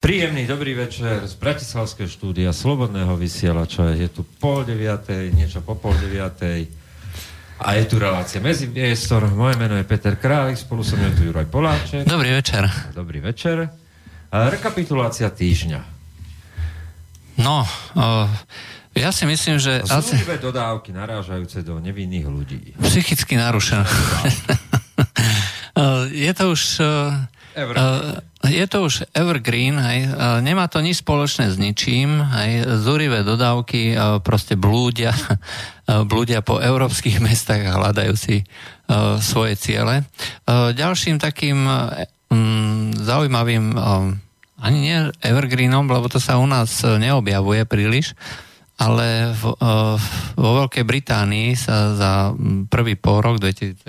Príjemný dobrý večer z bratislavského štúdia Slobodného vysielača. Je tu 8:30, niečo po 8:30 a je tu relácia Medzipriestor. Moje meno je Peter Králik, spolu so mnou tu Juraj Poláček. Dobrý večer. Dobrý večer. Rekapitulácia týždňa. No, ja si myslím, že... Zúrivé dodávky narážajúce do nevinných ľudí. Psychicky narušené. Je to už... je to už evergreen, hej. Nemá to nič spoločné s ničím, hej. Zúrivé dodávky proste blúdia po európskych mestách a hľadajú si svoje ciele. Ďalším takým zaujímavým ani nie evergreenom, lebo to sa u nás neobjavuje príliš, ale vo Veľkej Británii sa za prvý pôrok 2017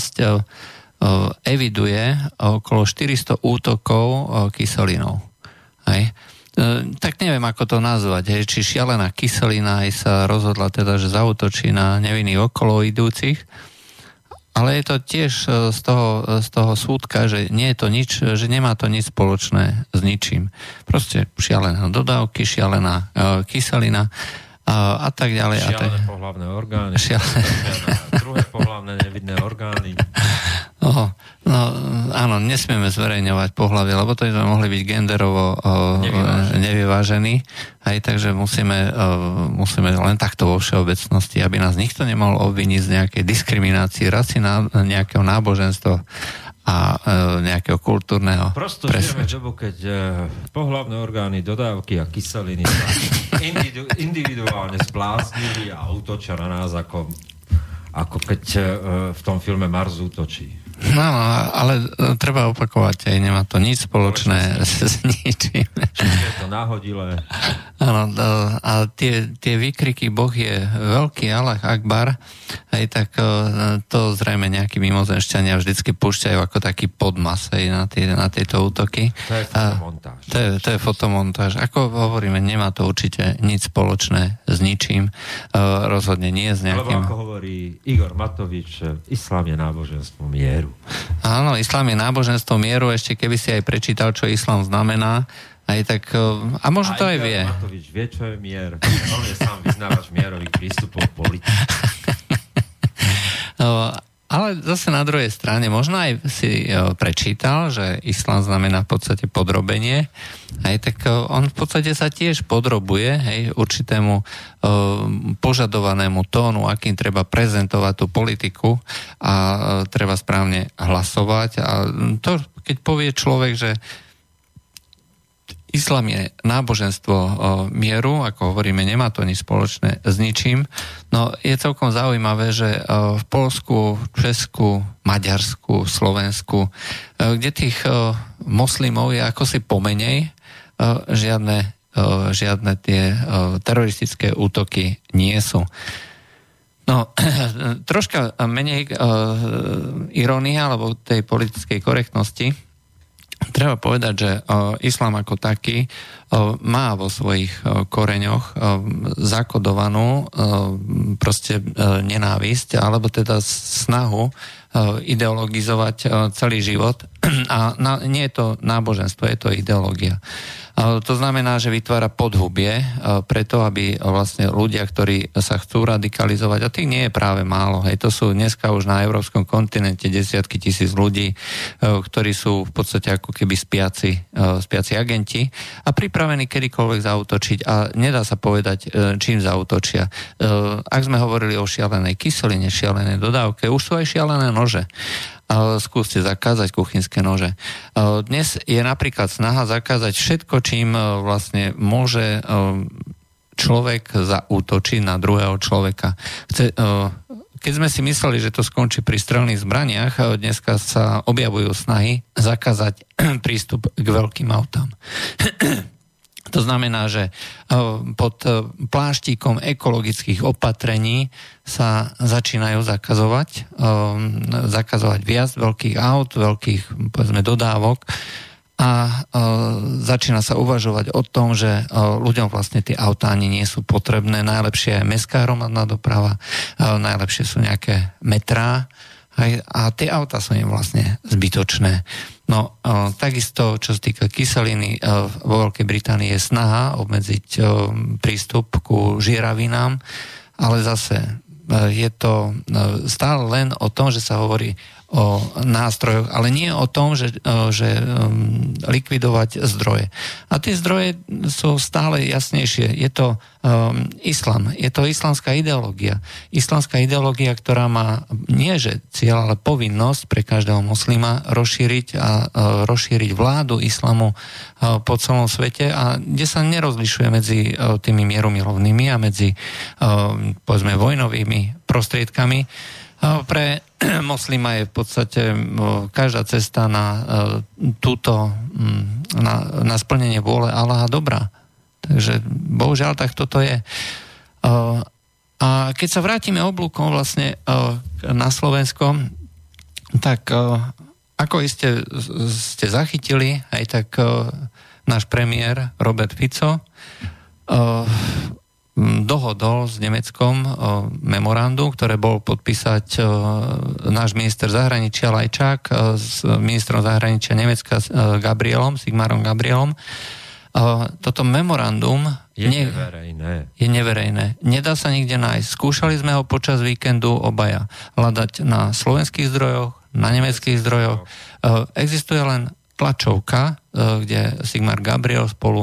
eviduje okolo 400 útokov kyselinou. Hej. Tak neviem, ako to nazvať. Hej. Či šialená kyselina aj sa rozhodla teda, že zaútočí na nevinných okolo idúcich. Ale je to tiež z toho súdka, že nie je to nič, že nemá to nič spoločné s ničím. Proste šialená dodávky, šialená kyselina a tak ďalej. Šialené pohlavné orgány. Druhé pohlavné nevidné orgány. No, áno, nesmieme zverejňovať pohlavie, lebo to sme mohli byť genderovo nevyvážení. Aj takže musíme len takto vo všeobecnosti, aby nás nikto nemohol obviniť z nejakej diskriminácie rasy, nejakého náboženstva a nejakého kultúrneho. Prosto žijeme dobu, keď pohlavné orgány, dodávky a kyseliny sa individuálne zbláznili a útočia na nás ako keď v tom filme Mars útočí. No, ale treba opakovať, aj nemá to nič spoločné s ničím. Čiže je to náhodilé. Áno, a tie výkriky Boh je veľký, Allah Akbar, aj tak to zrejme nejakí mimozemšťania vždycky púšťajú ako taký podmas aj na tieto útoky. To je fotomontáž. To je fotomontáž. Ako hovoríme, nemá to určite nič spoločné s ničím. Rozhodne nie s nejakým... Lebo ako hovorí Igor Matovič, islám je náboženstvo mieru. Áno, islám je náboženstvo mieru, ešte keby si aj prečítal, čo islám znamená, aj tak, a možno to aj vie. Matovič vie, čo je mier. On je sám vyznávač mierových prístupov politiky. Ale zase na druhej strane, možno aj si prečítal, že islám znamená v podstate podrobenie, aj tak on v podstate sa tiež podrobuje, hej, určitému požadovanému tónu, akým treba prezentovať tú politiku a treba správne hlasovať. A to, keď povie človek, že islám je náboženstvo mieru, ako hovoríme, nemá to nič spoločné s ničím. No je celkom zaujímavé, že v Poľsku, Česku, Maďarsku, Slovensku, kde tých moslimov je ako si pomenej, žiadne tie teroristické útoky nie sú. No, troška menej irónia, alebo tej politickej korektnosti. Treba povedať, že islám ako taký má vo svojich koreňoch zakodovanú proste nenávisť, alebo teda snahu ideologizovať celý život. A nie je to náboženstvo, je to ideológia. To znamená, že vytvára podhubie preto, aby vlastne ľudia, ktorí sa chcú radikalizovať, a tých nie je práve málo, hej, to sú dneska už na európskom kontinente desiatky tisíc ľudí, ktorí sú v podstate ako keby spiaci agenti a pripravení kedykoľvek zaútočiť a nedá sa povedať, čím zaútočia. Ak sme hovorili o šialenej kyseline, šialenej dodávke, už sú aj šialené nože. Skúste zakázať kuchynské nože. Dnes je napríklad snaha zakázať všetko, čím vlastne môže človek zaútočiť na druhého človeka. Keď sme si mysleli, že to skončí pri strelných zbraniach, dneska sa objavujú snahy zakázať prístup k veľkým autám. To znamená, že pod pláštíkom ekologických opatrení sa začínajú zakazovať viac veľkých aut, veľkých, povedzme, dodávok a začína sa uvažovať o tom, že ľuďom vlastne tie autá ani nie sú potrebné. Najlepšie je mestská hromadná doprava, najlepšie sú nejaké metrá a tie autá sú im vlastne zbytočné. No, takisto, čo sa týka kyseliny, vo Veľkej Británii je snaha obmedziť prístup ku žieravinám, ale zase je to stále len o tom, že sa hovorí o nástrojoch, ale nie o tom, že likvidovať zdroje. A tie zdroje sú stále jasnejšie. Je to islam, je to islamská ideológia. Islamská ideológia, ktorá má nie že cieľ, ale povinnosť pre každého muslima rozšíriť vládu islamu po celom svete, a kde sa nerozlišuje medzi tými mierumilovnými a medzi povedzme vojnovými prostriedkami. Pre moslima je v podstate každá cesta na splnenie vôle Allaha dobrá. Takže bohužiaľ tak toto je. A keď sa vrátime oblúkom vlastne na Slovensko, tak ako ste zachytili, aj tak náš premiér Robert Fico dohodol s Nemeckom memorandum, ktoré bol podpísať náš minister zahraničia Lajčák s ministrom zahraničia Nemecka Sigmarom Gabrielom. Toto memorandum je neverejné. Nedá sa nikde nájsť. Skúšali sme ho počas víkendu obaja hľadať na slovenských zdrojoch, na nemeckých zdrojoch. Existuje len tlačovka, kde Sigmar Gabriel spolu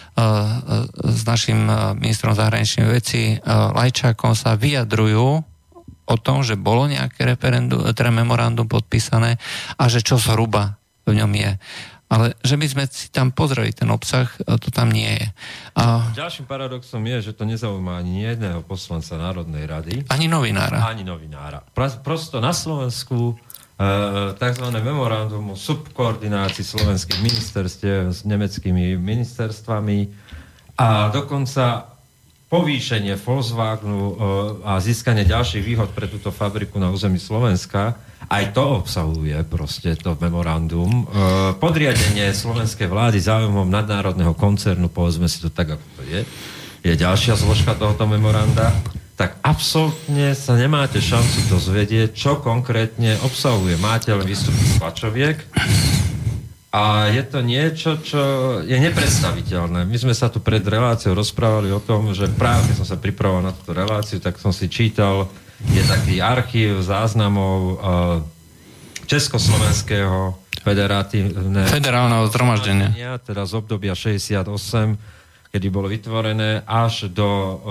s našim ministrom zahraničných vecí Lajčákom sa vyjadrujú o tom, že bolo nejaké memorandum podpísané a že čo zhruba v ňom je. Ale že by sme si tam pozreli ten obsah, to tam nie je. Ďalším paradoxom je, že to nezaujíma ani jedného poslanca Národnej rady. Ani novinára. Prosto na Slovensku takzvané memorandum o subkoordinácii slovenských ministerstiev s nemeckými ministerstvami a dokonca povýšenie Volkswagenu a získanie ďalších výhod pre túto fabriku na území Slovenska, aj to obsahuje proste to memorandum. Podriadenie slovenskej vlády záujmom nadnárodného koncernu, povedzme si to tak, ako to je ďalšia zložka tohoto memoranda, tak absolútne sa nemáte šancu dozvedieť, čo konkrétne obsahuje. Máte len výstupy z tlačoviek a je to niečo, čo je nepredstaviteľné. My sme sa tu pred reláciou rozprávali o tom, že práve keď som sa pripravoval na túto reláciu, tak som si čítal, je taký archív záznamov Československého federálneho zhromaždenia, teda z obdobia 68, kedy bolo vytvorené až do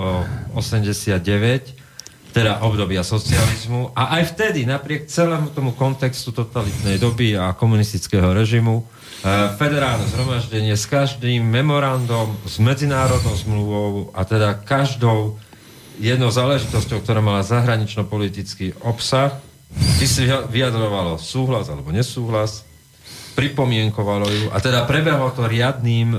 89, teda obdobia socializmu. A aj vtedy, napriek celému tomu kontextu totalitnej doby a komunistického režimu, federálne zhromaždenie s každým memorandom, s medzinárodnou zmluvou a teda každou jednou záležitosťou, ktorá mala zahranično-politický obsah, by si vyjadrovalo súhlas alebo nesúhlas, pripomienkovalo ju a teda prebehlo to riadnym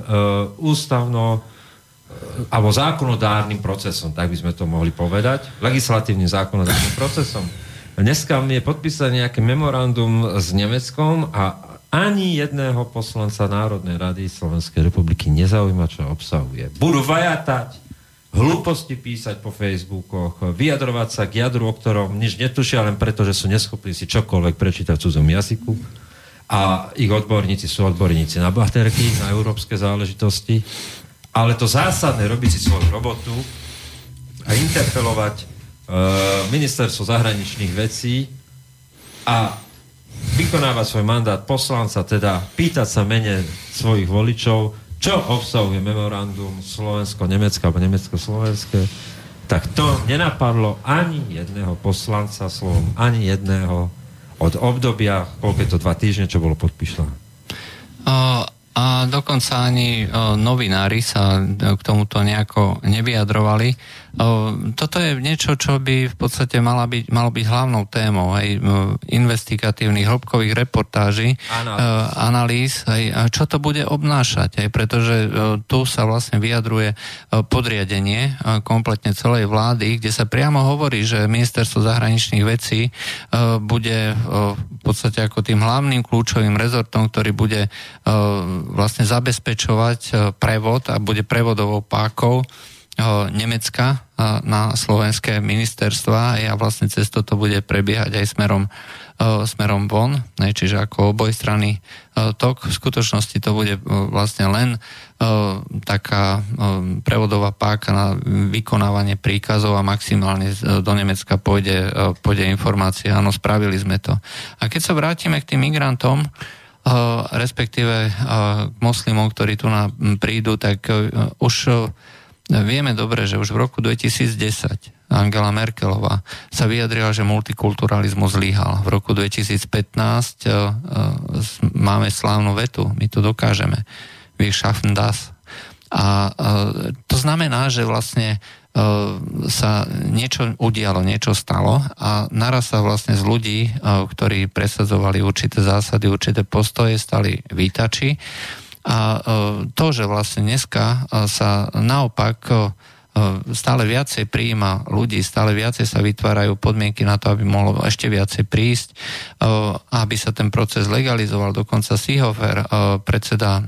alebo zákonodárnym procesom, tak by sme to mohli povedať, legislatívnym zákonodárnym procesom. Dneska je podpísané nejaké memorandum s Nemeckom a ani jedného poslanca Národnej rady Slovenskej republiky nezaujíma, čo obsahuje. Budú vajatať, hlúposti písať po Facebookoch, vyjadrovať sa k jadru, o ktorom nič netušia, len preto, že sú neschopní si čokoľvek prečítať v cudzom jazyku. A ich odborníci sú odborníci na baterky, na európske záležitosti. Ale to zásadné, robiť si svoju robotu a interpelovať ministerstvo zahraničných vecí a vykonávať svoj mandát poslanca, teda pýtať sa mene svojich voličov, čo obsahuje memorandum Slovensko-Nemecka alebo Nemecko-Slovenské, tak to nenapadlo ani jedného poslanca slovom, ani jedného od obdobia, koľko je to 2 týždne, čo bolo podpísané. A dokonca ani novinári sa k tomuto nejako nevyjadrovali. Toto je niečo, čo by v podstate malo byť hlavnou témou aj investigatívnych hĺbkových reportáží, analýz, aj čo to bude obnášať, aj pretože tu sa vlastne vyjadruje podriadenie kompletne celej vlády, kde sa priamo hovorí, že ministerstvo zahraničných vecí bude v podstate ako tým hlavným kľúčovým rezortom, ktorý bude vlastne zabezpečovať prevod a bude prevodovou pákou Nemecka na slovenské ministerstva a vlastne cez to bude prebiehať aj smerom von, čiže ako obojstranný tok. V skutočnosti to bude vlastne len taká prevodová páka na vykonávanie príkazov a maximálne do Nemecka pôjde informácia, áno, spravili sme to. A keď sa vrátime k tým migrantom, respektíve k moslimom, ktorí tu prídu, tak už vieme dobre, že už v roku 2010 Angela Merkelová sa vyjadrila, že multikulturalizmus zlyhal. V roku 2015 máme slávnu vetu, my to dokážeme. Wir schaffen das. A to znamená, že vlastne sa niečo udialo, niečo stalo a naraz sa vlastne z ľudí, ktorí presadzovali určité zásady, určité postoje, stali vítači. A to, že vlastne dneska sa naopak stále viacej prijíma ľudí, stále viacej sa vytvárajú podmienky na to, aby mohlo ešte viacej prísť, aby sa ten proces legalizoval. Dokonca Seehofer, predseda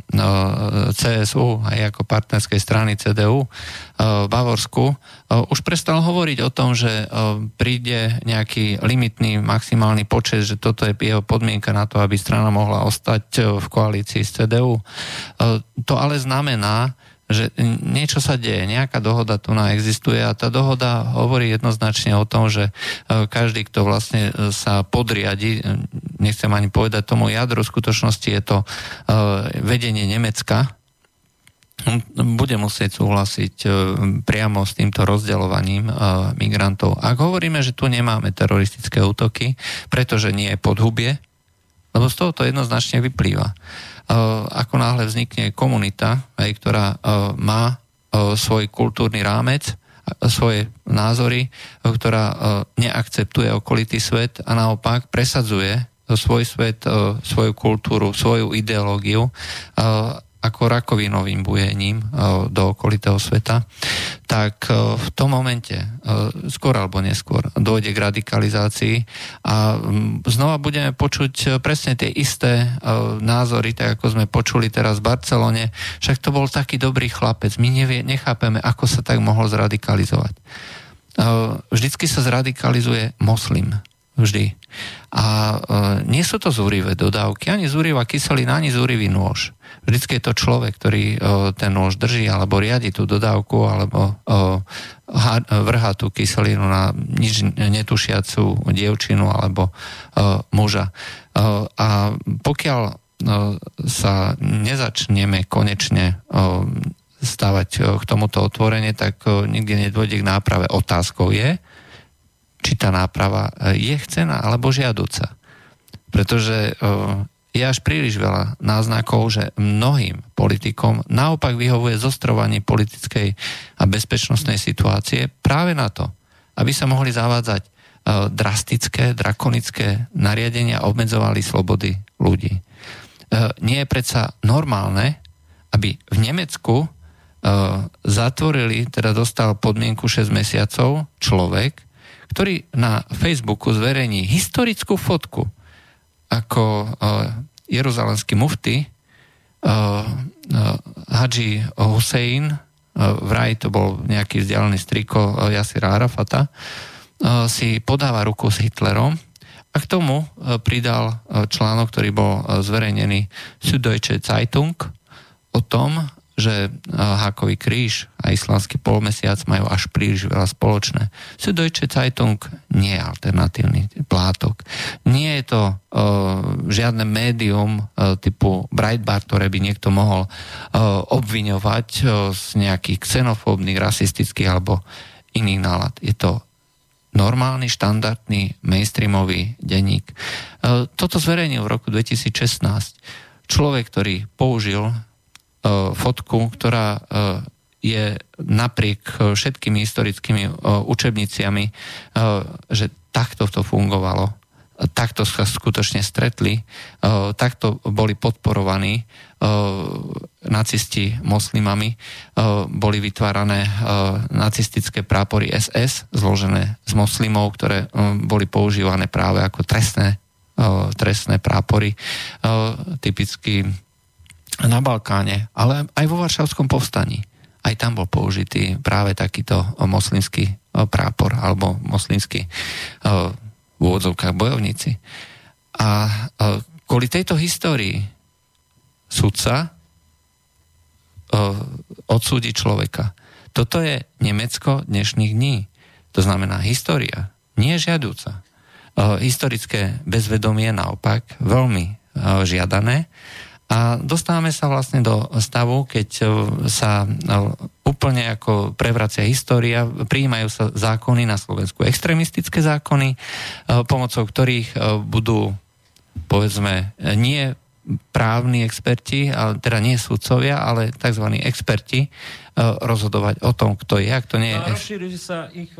CSU, aj ako partnerskej strany CDU v Bavorsku, už prestal hovoriť o tom, že príde nejaký limitný maximálny počet, že toto je jeho podmienka na to, aby strana mohla ostať v koalícii s CDU. To ale znamená, že niečo sa deje, nejaká dohoda tu existuje a tá dohoda hovorí jednoznačne o tom, že každý, kto vlastne sa podriadi, nechcem ani povedať tomu jadru, v skutočnosti je to vedenie Nemecka, bude musieť súhlasiť priamo s týmto rozdeľovaním migrantov. Ak hovoríme, že tu nemáme teroristické útoky, pretože nie je podhubie, lebo z toho to jednoznačne vyplýva. Ako náhle vznikne komunita, ktorá má svoj kultúrny rámec, svoje názory, ktorá neakceptuje okolitý svet a naopak presadzuje svoj svet, svoju kultúru, svoju ideológiu ako rakovinovým bujením do okolitého sveta, tak v tom momente, skôr alebo neskôr, dôjde k radikalizácii a znova budeme počuť presne tie isté názory, tak ako sme počuli teraz v Barcelone. Však to bol taký dobrý chlapec, my nechápeme, ako sa tak mohol zradikalizovať. Vždycky sa zradikalizuje moslim. Vždy. A nie sú to zúrivé dodávky, ani zúrivá kyselina, ani zúrivý nôž. Vždycky je to človek, ktorý ten nôž drží, alebo riadi tú dodávku, alebo vrhá tú kyselinu na nič netušiacu dievčinu alebo muža. A pokiaľ sa nezačneme konečne stávať k tomuto otvorenie, tak nikdy nedôjde k náprave. Otázkou je, či tá náprava je chcená alebo žiaduca. Pretože je až príliš veľa náznakov, že mnohým politikom naopak vyhovuje zostrovanie politickej a bezpečnostnej situácie práve na to, aby sa mohli zavádzať drastické, drakonické nariadenia a obmedzovali slobody ľudí. Nie je predsa normálne, aby v Nemecku zatvorili, teda dostal podmienku 6 mesiacov človek, ktorý na Facebooku zverejní historickú fotku, ako jeruzalemský mufti Hadži Hussein, vraj to bol nejaký vzdialený striko Jasira Arafata, si podáva ruku s Hitlerom a k tomu pridal článok, ktorý bol zverejnený Süddeutsche Zeitung o tom, že Hákový kríž a islamský polmesiac majú až príliš veľa spoločné. Süddeutsche Zeitung nie je alternatívny plátok. Nie je to žiadne médium typu Breitbart, ktoré by niekto mohol obviňovať z nejakých xenofóbnych, rasistických alebo iných nálad. Je to normálny, štandardný, mainstreamový denník. Toto zverejnil v roku 2016 človek, ktorý použil fotku, ktorá je napriek všetkými historickými učebniciami, že takto to fungovalo, takto sa skutočne stretli, takto boli podporovaní nacisti moslimami, boli vytvárané nacistické prápory SS, zložené z moslimov, ktoré boli používané práve ako trestné prápory, typicky na Balkáne, ale aj vo Varšavskom povstaní. aj tam bol použitý práve takýto moslimský prápor alebo moslimský v úvodzovkách bojovníci. A kvôli tejto histórii sudca odsúdi človeka. Toto je Nemecko dnešných dní. To znamená história. Nie je žiaduca. Historické bezvedomie naopak veľmi žiadané. A dostávame sa vlastne do stavu, keď sa úplne ako prevracia história, prijímajú sa zákony na Slovensku, extrémistické zákony, pomocou ktorých budú, povedzme, nie právni experti, ale teda nie sudcovia, ale tzv. Experti rozhodovať o tom, kto je a kto nie je. A rozšíri sa ich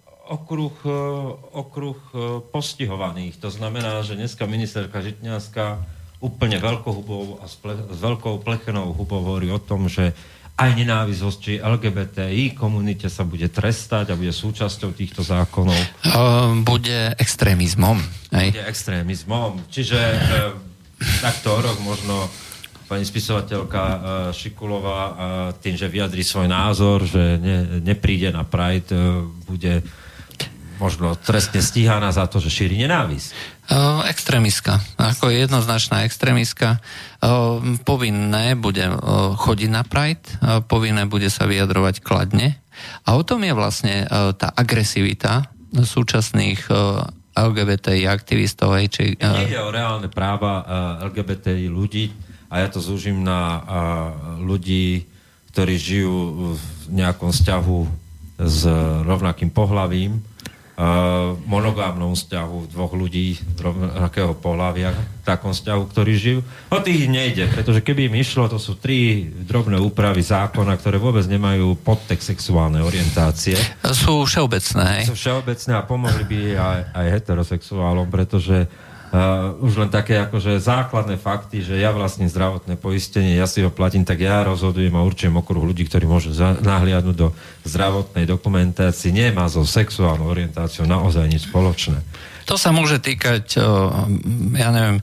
okruh postihovaných. To znamená, že dneska ministerka Žitňanská úplne veľkohubou a s veľkou plechenou hubou hovorí o tom, že aj nenávisť voči LGBTI komunite sa bude trestať a bude súčasťou týchto zákonov. Bude extrémizmom. Bude extrémizmom. Čiže takto rok možno pani spisovateľka Šikulová tým, že vyjadrí svoj názor, že nepríde na Pride, bude možno trestne stíhaná za to, že šíri nenávisť. Extrémistka. Ako jednoznačná extrémistka. Povinné bude chodiť na Pride, povinné bude sa vyjadrovať kladne. A o tom je vlastne tá agresivita súčasných LGBTI aktivistov. Nejde o reálne práva LGBTI ľudí a ja to zúžim na ľudí, ktorí žijú v nejakom vzťahu s rovnakým pohlavím, monogámnom vzťahu dvoch ľudí rovnakého pohlavia, v takom vzťahu, ktorí žijú. O tých nejde, pretože keby im išlo, to sú 3 drobné úpravy zákona, ktoré vôbec nemajú podtext sexuálnej orientácie. Sú všeobecné. Sú všeobecné a pomohli by aj heterosexuálom, pretože už len také akože základné fakty, že ja vlastním zdravotné poistenie, ja si ho platím, tak ja rozhodujem a určujem okruh ľudí, ktorí môžu nahliadnúť do zdravotnej dokumentácie, nemá so sexuálnou orientáciou naozaj nič spoločné. To sa môže týkať, ja neviem,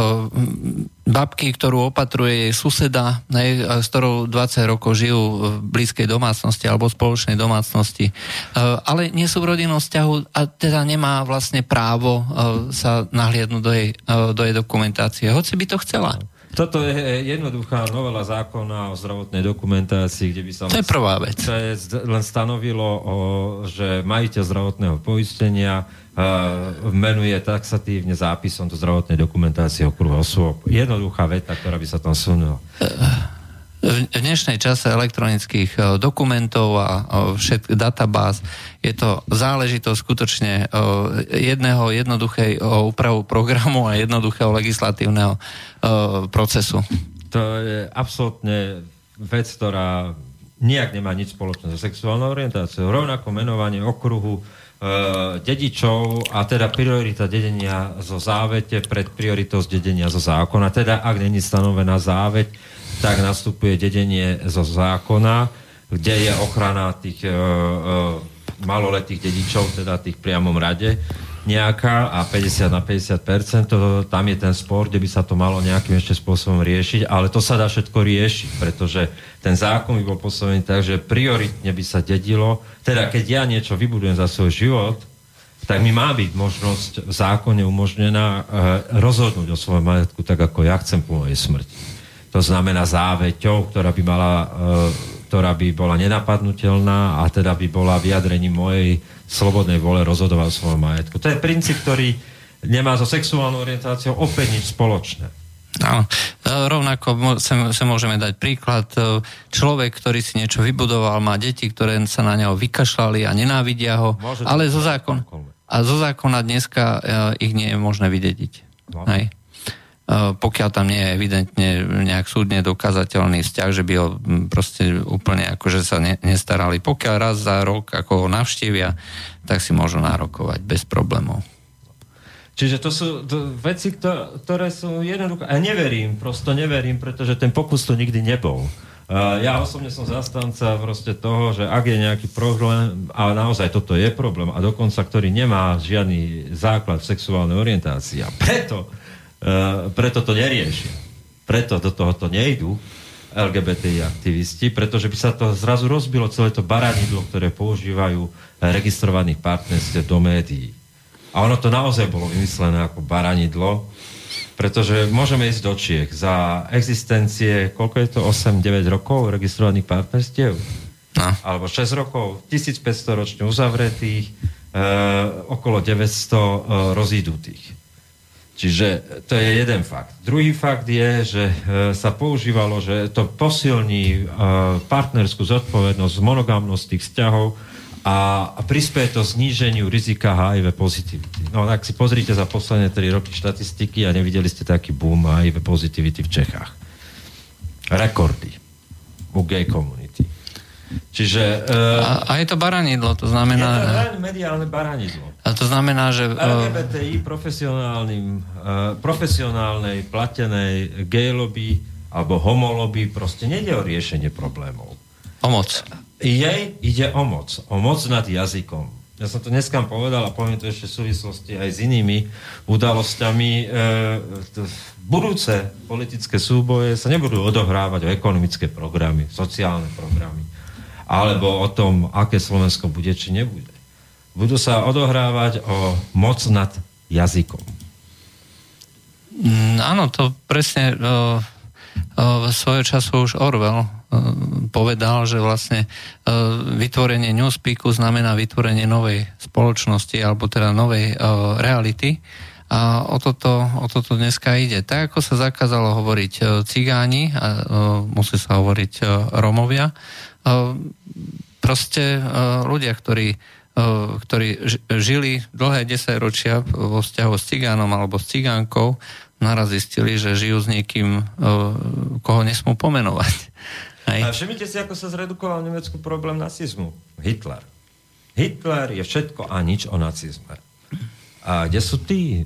babky, ktorú opatruje jej suseda, s ktorou 20 rokov žijú v blízkej domácnosti alebo spoločnej domácnosti, ale nie sú v rodinnom vzťahu a teda nemá vlastne právo sa nahliadnúť do jej dokumentácie, hoci by to chcela. Toto je jednoduchá novela zákona o zdravotnej dokumentácii, kde by sa... To je prvá vec. Len stanovilo, že majiteľ zdravotného poistenia menuje taxatívne zápisom do zdravotnej dokumentácie okruh osôb. Jednoduchá veta, ktorá by sa tam sunula. V dnešnej čase elektronických dokumentov a databáz je to záležitosť skutočne jednoduchej úpravu programu a jednoduchého legislatívneho procesu. To je absolútne vec, ktorá nijak nemá nič spoločné so sexuálnou orientáciou. Rovnako menovanie okruhu dedičov a teda priorita dedenia zo závete pred prioritou dedenia zo zákona. Teda ak není stanovená záveť, tak nastupuje dedenie zo zákona, kde je ochrana tých maloletých dedičov, teda tých priamom rade nejaká a 50 na 50%, tam je ten spor, kde by sa to malo nejakým ešte spôsobom riešiť, ale to sa dá všetko riešiť, pretože ten zákon by bol postavený tak, že prioritne by sa dedilo, teda keď ja niečo vybudujem za svoj život, tak mi má byť možnosť v zákone umožnená rozhodnúť o svojom majetku tak, ako ja chcem po mojej smrti. To znamená záveťou, ktorá by bola nenapadnutelná a teda by bola vyjadrením mojej slobodnej vole rozhodovať o svojom majetku. To je princíp, ktorý nemá so sexuálnou orientáciou opäť nič spoločné. No, rovnako sa môžeme dať príklad. Človek, ktorý si niečo vybudoval, má deti, ktoré sa na neho vykašľali a nenávidia ho, ale zo zákona dneska ich nie je možné vydediť. No. Hej. Pokiaľ tam nie je evidentne nejak súdne dokázateľný vzťah, že by ho proste úplne akože sa nestarali. Pokiaľ raz za rok ako ho navštívia, tak si môžu nárokovať bez problémov. Čiže to sú veci, ktoré sú jednoduché. A neverím, pretože ten pokus to nikdy nebol. Ja osobne som zastanca proste toho, že ak je nejaký problém, a naozaj toto je problém, a dokonca, ktorý nemá žiadny základ v sexuálnej orientácii, a preto to neriešia. Preto do tohoto nejdú. LGBTI aktivisti, pretože by sa to zrazu rozbilo celé to baranidlo, ktoré používajú registrovaných partnerstiev do médií. A ono to naozaj bolo vymyslené ako baranidlo, pretože môžeme ísť do Čiech. Za existencie, koľko je to, 8-9 rokov registrovaných partnerstiev? No. Alebo 6 rokov, 1500 ročne uzavretých, okolo 900 rozídutých. Čiže to je jeden fakt. Druhý fakt je, že sa používalo, že to posilní partnerskú zodpovednosť, monogamnosť tých vzťahov a prispieje to zníženiu rizika HIV pozitivity. No ak si pozrite za posledné 3 roky štatistiky a nevideli ste taký boom HIV pozitivity v Čechách. Rekordy u gay community. Čiže... A je to baranidlo, to znamená... Je to len mediálne baranidlo. A to znamená, že... LGBTI profesionálnej, platenej gay lobby alebo homo lobby proste nejde o riešenie problémov. O moc. Jej ide o moc. O moc nad jazykom. Ja som to dneska povedal a poviem to ešte v súvislosti aj s inými udalosťami. Budúce politické súboje sa nebudú odohrávať o ekonomické programy, sociálne programy, alebo o tom, aké Slovensko bude, či nebude. Budú sa odohrávať o moc nad jazykom. Áno, to presne svojho času už Orwell povedal, že vlastne vytvorenie newspeaku znamená vytvorenie novej spoločnosti, alebo teda novej reality. A o toto dneska ide. Tak, ako sa zakázalo hovoriť cigáni, a musí sa hovoriť Rómovia, proste ľudia, ktorí žili dlhé 10 ročia vo vzťahu s cigánom alebo s cigánkou, naraz zistili, že žijú s niekým, koho nesmú pomenovať. A všimnite si, ako sa zredukoval v Nemecku problém nacizmu. Hitler. Hitler je všetko a nič o nacizme. A kde sú tí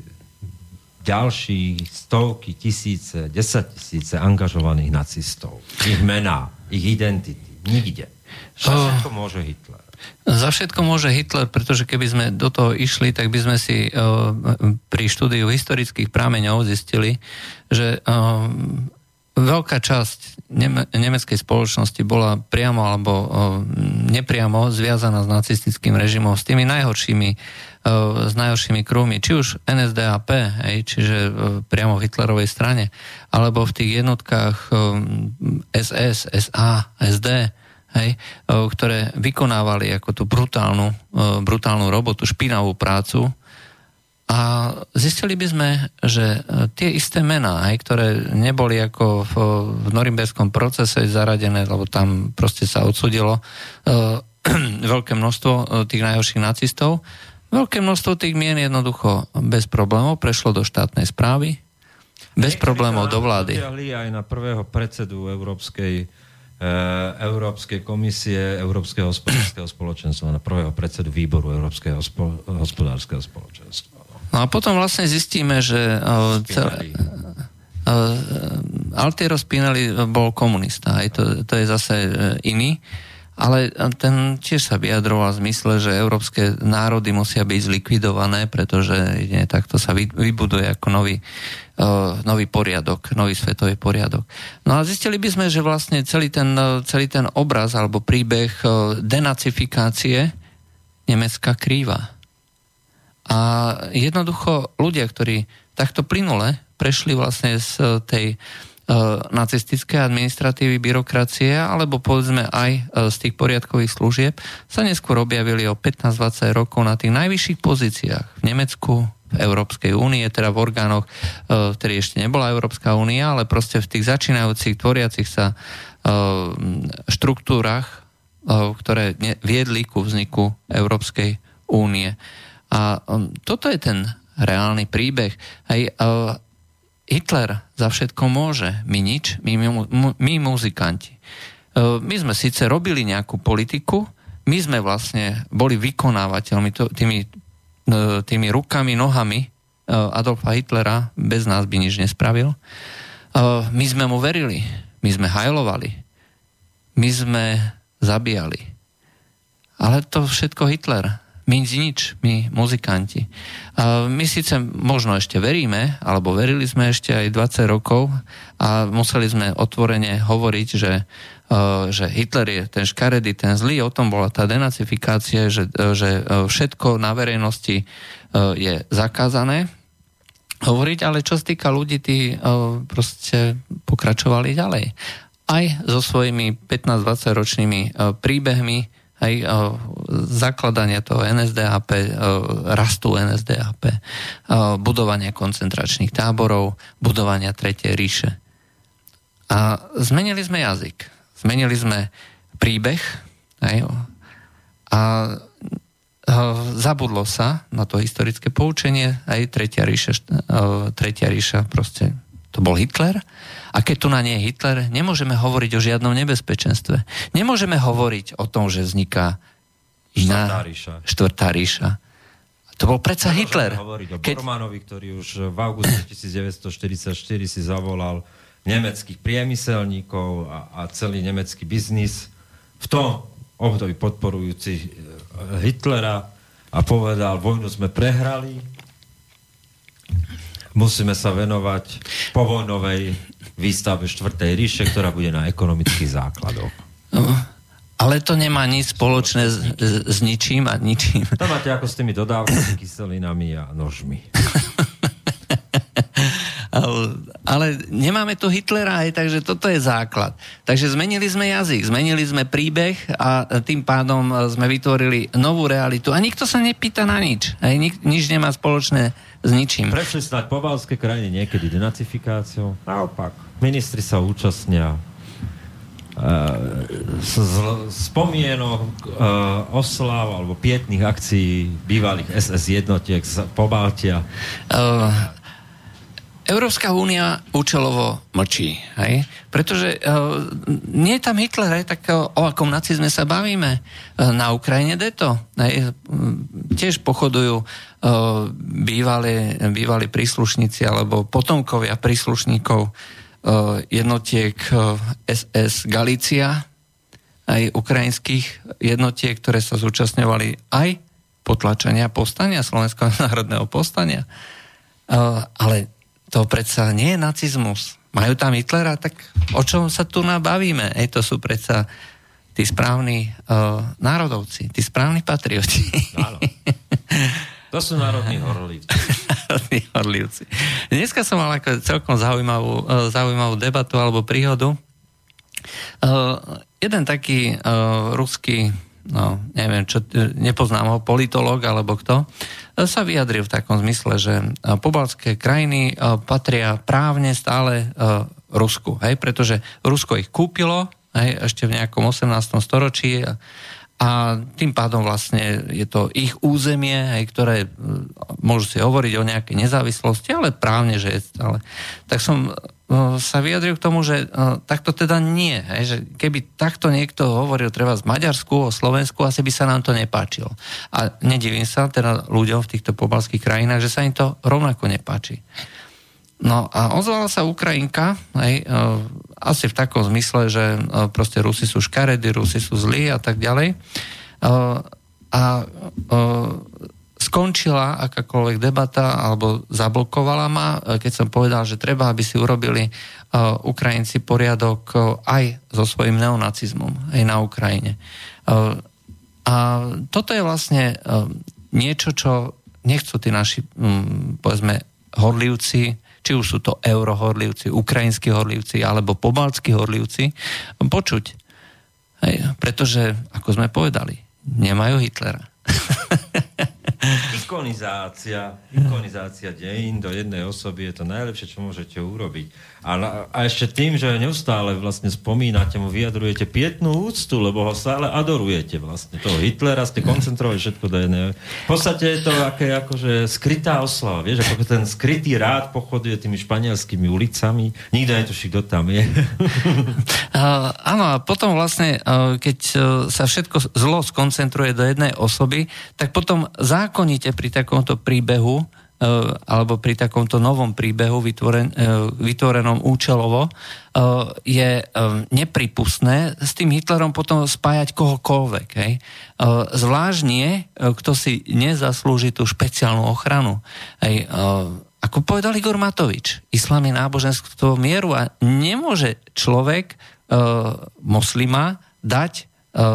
ďalší stovky, tisíce, 10 000 angažovaných nacistov? Ich mená, ich identity. Nikde. Za všetko môže Hitler. Za všetko môže Hitler, pretože keby sme do toho išli, tak by sme si pri štúdiu historických prameňov zistili, že veľká časť nemeckej spoločnosti bola priamo alebo nepriamo zviazaná s nacistickým režimom, s tými najhoršími krúhmi, či už NSDAP, čiže priamo v Hitlerovej strane, alebo v tých jednotkách SS, SA, SD, ktoré vykonávali ako tú brutálnu robotu, špinavú prácu. A zistili by sme, že tie isté mená, ktoré neboli ako v norimberskom procese zaradené, lebo tam proste sa odsúdilo veľké množstvo tých najhorších nacistov, veľké množstvo tých mien jednoducho bez problémov prešlo do štátnej správy, bez problémov do vlády. Aj na prvého predsedu Európskej komisie Európskeho hospodárskeho spoločenstva, na prvého predsedu výboru Európskeho hospodárskeho spoločenstva. No a potom vlastne zistíme, že Altiero Spinelli bol komunista, to je zase iný, ale ten tiež sa vyjadroval v zmysle, že európske národy musia byť zlikvidované, pretože takto sa vybuduje ako nový poriadok, nový svetový poriadok. No a zistili by sme, že vlastne celý ten obraz alebo príbeh denacifikácie Nemecka krýva. A jednoducho ľudia, ktorí takto plynule prešli vlastne z tej nacistické administratívy, byrokracie, alebo povedzme aj z tých poriadkových služieb, sa neskôr objavili o 15-20 rokov na tých najvyšších pozíciách v Nemecku, v Európskej únie, teda v orgánoch, ktorý ešte nebola Európska únia, ale proste v tých začínajúcich, tvoriacich sa štruktúrach, ktoré viedli ku vzniku Európskej únie. A toto je ten reálny príbeh. Aj Hitler za všetko môže, my nič, my muzikanti. My sme síce robili nejakú politiku, my sme vlastne boli vykonávateľmi tými rukami, nohami Adolfa Hitlera, bez nás by nič nespravil. My sme mu verili, my sme hajlovali, my sme zabíjali. Ale to všetko Hitler. My nič, my muzikanti. My síce možno ešte veríme, alebo verili sme ešte aj 20 rokov a museli sme otvorene hovoriť, že Hitler je ten škaredý, ten zlý, o tom bola tá denacifikácia, že všetko na verejnosti je zakázané hovoriť, ale čo sa týka ľudí, tí proste pokračovali ďalej. Aj so svojimi 15-20 ročnými príbehmi, aj zakladania toho NSDAP, rastu NSDAP, budovania koncentračných táborov, budovania Tretej ríše. A zmenili sme jazyk, zmenili sme príbeh a zabudlo sa na to historické poučenie, aj Tretia ríša proste to bol Hitler. A keď tu na nie je Hitler, nemôžeme hovoriť o žiadnom nebezpečenstve. Nemôžeme hovoriť o tom, že vzniká iná štvrtá ríša. To bol predsa Hitler. Hovoriť o Bormanovi, ktorý už v auguste 1944 si zavolal nemeckých priemyselníkov a celý nemecký biznis v tom období podporujúci Hitlera a povedal, vojnu sme prehrali, musíme sa venovať povojnovej výstave štvrtej ríše, ktorá bude na ekonomických základoch. Ale to nemá nič spoločné s ničím a ničím. To máte ako s tými dodávkami, kyselinami a nožmi. Ale nemáme tu Hitlera, takže toto je základ. Takže zmenili sme jazyk, zmenili sme príbeh a tým pádom sme vytvorili novú realitu. A nikto sa nepýta na nič. Nič nemá spoločné s ničím. Prešli snáď pobaltské krajiny niekedy denacifikáciou. Naopak, ministri sa účastnia spomienok, oslav alebo pietných akcií bývalých SS jednotiek z Pobaltia. Európska únia účelovo mlčí, hej? Pretože nie je tam Hitler, hej? Tak o akom nacizme sa bavíme? Na Ukrajine deto. Tiež pochodujú bývalí príslušníci alebo potomkovia príslušníkov jednotiek SS Galícia, aj ukrajinských jednotiek, ktoré sa zúčastňovali aj potlačenia povstania, Slovenského národného povstania. Ale to predsa nie je nacizmus. Majú tam Hitlera, tak o čom sa tu nabavíme? To sú predsa tí správni národovci, tí správni patrioti. Áno. To sú národní horlivci. Národní horlivci. Dneska som mal ako celkom zaujímavú debatu alebo príhodu. Jeden taký ruský, neviem čo, nepoznám ho, politológ alebo kto, sa vyjadril v takom zmysle, že pobaltské krajiny patria právne stále Rusku, hej, pretože Rusko ich kúpilo, hej, ešte v nejakom 18. storočí a tým pádom vlastne je to ich územie, hej, ktoré môžu si hovoriť o nejakej nezávislosti, ale právne, že je stále. Tak som sa vyjadril k tomu, že takto teda nie. Hej, že keby takto niekto hovoril treba z Maďarsku, o Slovensku, asi by sa nám to nepáčilo. A nedivím sa teda ľuďom v týchto pobaltských krajinách, že sa im to rovnako nepáči. No a ozvala sa Ukrajinka, hej, asi v takom zmysle, že proste Rusi sú škaredí, Rusi sú zlí a tak ďalej. Skončila akákoľvek debata alebo zablokovala ma, keď som povedal, že treba, aby si urobili Ukrajinci poriadok aj so svojím neonacizmom aj na Ukrajine. A toto je vlastne niečo, čo nechcú tí naši, povedzme, horlivci, či už sú to eurohorlivci, ukrajinskí horlivci alebo pobaltskí horlivci, počuť. Hej, pretože, ako sme povedali, nemajú Hitlera. Ikonizácia dejín do jednej osoby je to najlepšie, čo môžete urobiť. A ešte tým, že neustále vlastne spomínate mu, vyjadrujete pietnú úctu, lebo ho stále adorujete vlastne. Toho Hitlera ste koncentrovali všetko do jednej. V podstate je to akože skrytá oslava, vieš, ako ten skrytý rád pochoduje tými španielskými ulicami. Nikto netuší, kto tam je. Áno, a potom vlastne, keď sa všetko zlo skoncentruje do jednej osoby, tak potom zákonite pri takomto príbehu alebo pri takomto novom príbehu vytvorenom účelovo, je nepripustné s tým Hitlerom potom spájať kohokoľvek. Hej. Zvlášť nie, kto si nezaslúži tú špeciálnu ochranu. Hej. Ako povedal Igor Matovič, islám je náboženstvo mieru a nemôže človek moslima dať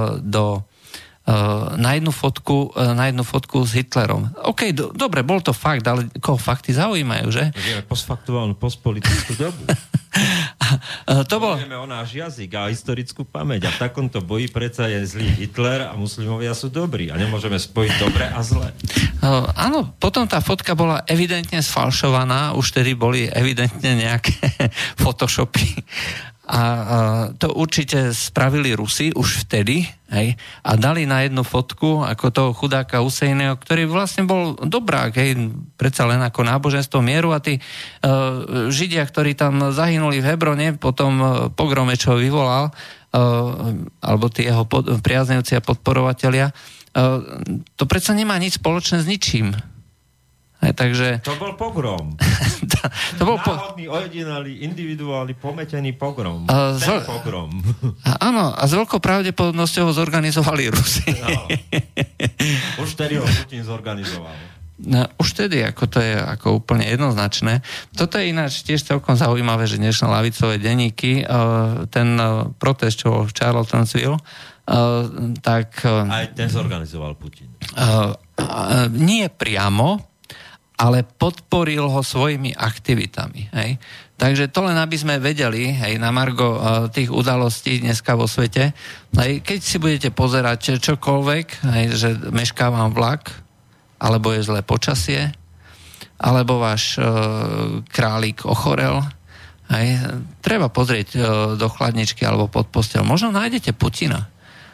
na jednu fotku s Hitlerom. OK, dobre, bol to fakt, ale koho fakty zaujímajú, že? Vieme postfaktuálnu postpolitickú dobu. Vieme o náš jazyk a historickú pamäť. A v takomto boji predsa je zlý Hitler a muslimovia sú dobrí. A nemôžeme spojiť dobre a zlé. Áno, potom tá fotka bola evidentne sfalšovaná, už tedy boli evidentne nejaké photoshopy. A to určite spravili Rusi už vtedy, hej, a dali na jednu fotku ako toho chudáka Husejného, ktorý vlastne bol dobrák, hej, predsa len ako náboženstvo mieru a tí Židia, ktorí tam zahynuli v Hebrone po tom pogrome, čo vyvolal, alebo tí jeho priaznivci a podporovatelia, to predsa nemá nič spoločné s ničím. Takže... To bol pogrom. Náhodný, ojedinalý, individuálny, pometený pogrom. Ten pogrom. Áno, a s veľkou pravdepodobnosťou ho zorganizovali Rusi. No. Už tedy ho Putin zorganizoval. No, už tedy, ako to je ako úplne jednoznačné. Toto je ináč tiež celkom zaujímavé, že dnešné ľavicové denníky, ten protest, čo v Charlottesville, tak... Aj ten zorganizoval Putin. Nie priamo, ale podporil ho svojimi aktivitami. Hej. Takže to len, aby sme vedeli, hej, na margo tých udalostí dneska vo svete, hej, keď si budete pozerať čokoľvek, hej, že mešká vám vlak, alebo je zlé počasie, alebo váš králik ochorel, hej, treba pozrieť do chladničky alebo pod posteľ. Možno nájdete Putina.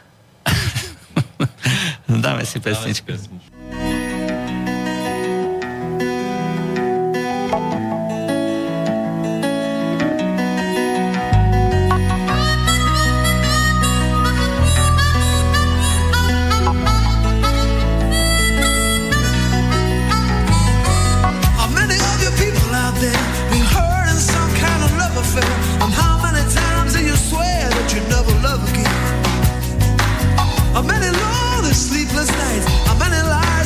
Dáme si pesničku. Many lonely, sleepless nights, many lies.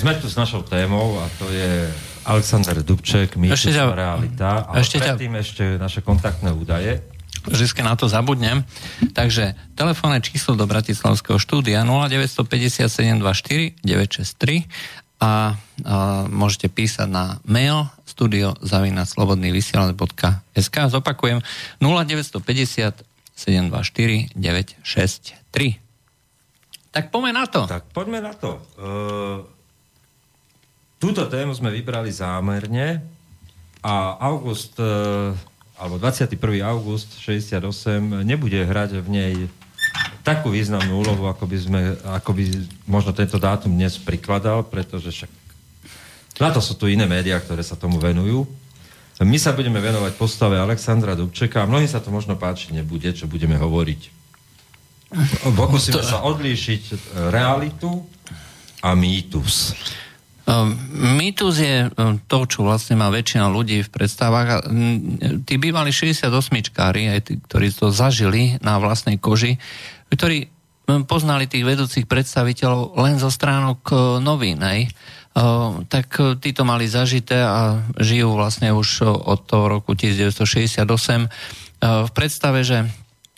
sme tu s našou témou a to je Alexander Dubček, mýtus a realita. Ale predtým ešte naše kontaktné údaje. Vždycky na to zabudnem. Takže telefónne číslo do Bratislavského štúdia 0957 24 963 a môžete písať na mail studio@slobodnyvysielac.sk. Zopakujem 0950 724 963. Tak poďme na to. Túto tému sme vybrali zámerne a alebo 21. august 68 nebude hrať v nej takú významnú úlohu, ako by možno tento dátum dnes prikladal, pretože však na to sú tu iné médiá, ktoré sa tomu venujú. My sa budeme venovať postave Alexandra Dubčeka a mnohým sa to možno páčiť nebude, čo budeme hovoriť. Pokúsime sa odlíšiť realitu a mýtus. Mýtus je to, čo vlastne má väčšina ľudí v predstavách. Tí bývali 68-čkári, aj tí, ktorí to zažili na vlastnej koži, ktorí poznali tých vedúcich predstaviteľov len zo stránok novín, tak títo mali zažité a žijú vlastne už od toho roku 1968 v predstave, že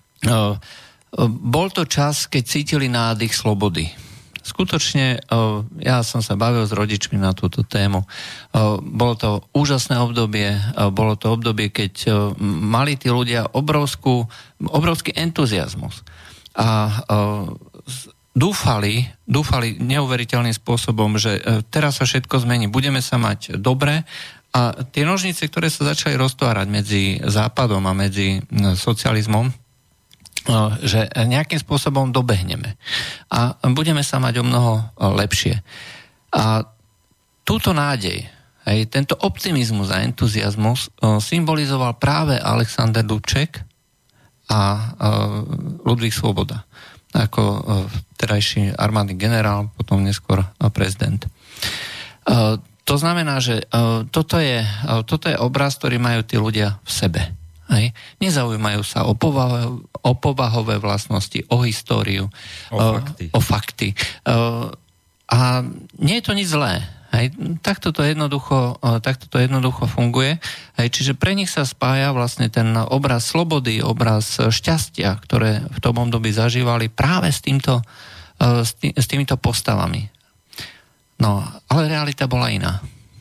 bol to čas, keď cítili nádych slobody. Skutočne, ja som sa bavil s rodičmi na túto tému. Bolo to úžasné obdobie, bolo to obdobie, keď mali tí ľudia obrovský entuziasmus. A dúfali neuveriteľným spôsobom, že teraz sa všetko zmení, budeme sa mať dobre a tie nožnice, ktoré sa začali roztvárať medzi Západom a medzi socializmom, že nejakým spôsobom dobehneme a budeme sa mať o mnoho lepšie. A túto nádej, tento optimizmus a entuziasmus symbolizoval práve Alexander Dubček a Ludvík Svoboda ako terajší armádny generál, potom neskôr prezident. To znamená, že toto je obraz, ktorý majú tí ľudia v sebe. Nezaujímajú sa o povahové vlastnosti, o históriu, o fakty. A nie je to nič zlé. Takto to jednoducho funguje. Čiže pre nich sa spája vlastne ten obraz slobody, obraz šťastia, ktoré v tom období zažívali práve s týmito postavami. No, ale realita bola iná.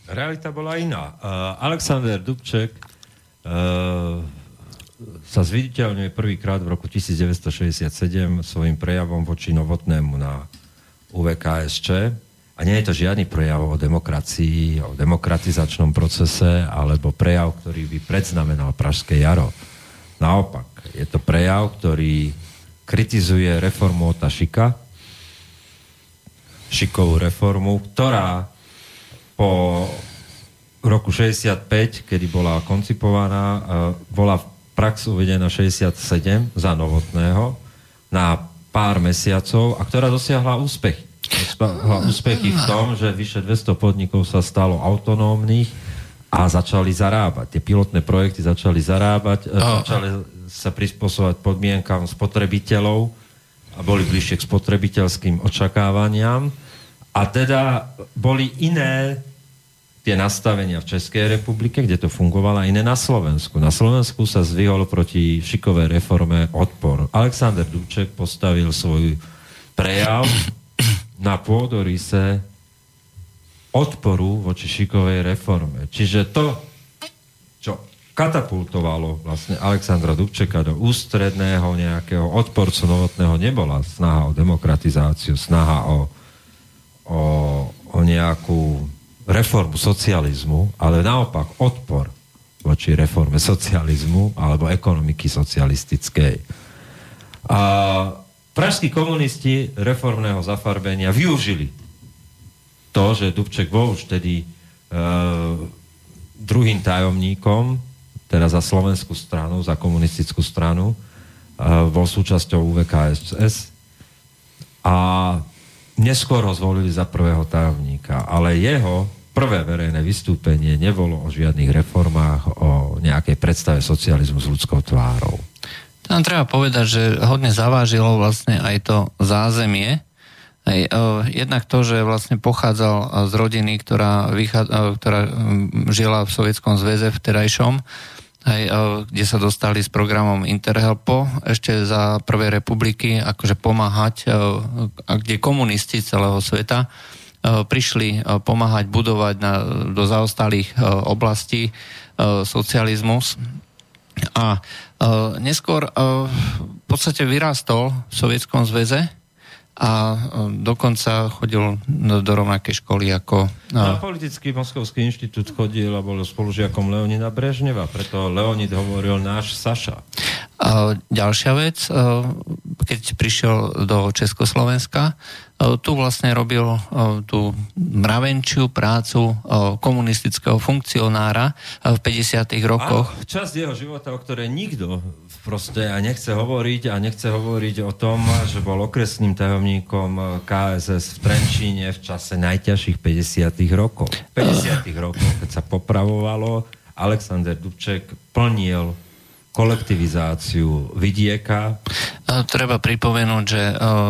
Alexander Dubček sa zviditeľňuje prvýkrát v roku 1967 svojím prejavom voči Novotnému na UVKSČ. A nie je to žiadny prejav o demokracii, o demokratizačnom procese, alebo prejav, ktorý by predznamenal Pražské jaro. Naopak, je to prejav, ktorý kritizuje reformu Ota Šika, Šikovú reformu, ktorá po roku 65, kedy bola koncipovaná, bola v prax uvedená 67 za Novotného na pár mesiacov a ktorá dosiahla úspechy. Úspechy v tom, že vyše 200 podnikov sa stalo autonómnych a začali zarábať. Tie pilotné projekty začali zarábať, začali sa prispôsobovať podmienkam spotrebiteľov a boli bližšie k spotrebiteľským očakávaniam. A teda boli iné tie nastavenia v Českej republike, kde to fungovalo, iné na Slovensku. Na Slovensku sa zvihol proti Šikovej reforme odpor. Alexander Dubček postavil svoj prejav na pôdoryse odporu voči Šikovej reforme. Čiže to, čo katapultovalo vlastne Alexandra Dubčeka do ústredného nejakého odporcu Novotného, nebola snaha o demokratizáciu, snaha o nejakú reformu socializmu, ale naopak odpor voči reforme socializmu alebo ekonomiky socialistickej. A pražskí komunisti reformného zafarbenia využili to, že Dubček bol už tedy druhým tajomníkom, teda za slovenskú stranu, za komunistickú stranu, bol súčasťou UVKSS a neskôr ho zvolili za prvého tajomníka, ale jeho prvé verejné vystúpenie nebolo o žiadnych reformách, o nejakej predstave socializmu s ľudskou tvárou. Tam treba povedať, že hodne zavážilo vlastne aj to zázemie, Jednak to, že vlastne pochádzal z rodiny, ktorá žila v Sovietskom zväze vtedajšom, kde sa dostali s programom Interhelpo ešte za Prvej republiky, akože pomáhať, kde komunisti celého sveta prišli pomáhať budovať do zaostalých oblastí socializmus. A neskôr v podstate vyrástol v Sovietskom zväze a dokonca chodil do rovnakej školy ako... Na politický Moskovský inštitút chodil a bol spolužiakom Leonida Brežneva, preto Leonid hovoril náš Saša. Ďalšia vec, keď prišiel do Československa, tu vlastne robil tú mravenčiu prácu komunistického funkcionára v 50. rokoch. Časť jeho života, o ktorej nikto proste nechce hovoriť o tom, že bol okresným tajomníkom KSS v Trenčíne v čase najťažších 50. rokov. V 50. rokoch, keď sa popravovalo, Alexander Dubček plnil kolektivizáciu vidieka. Treba pripomenúť, že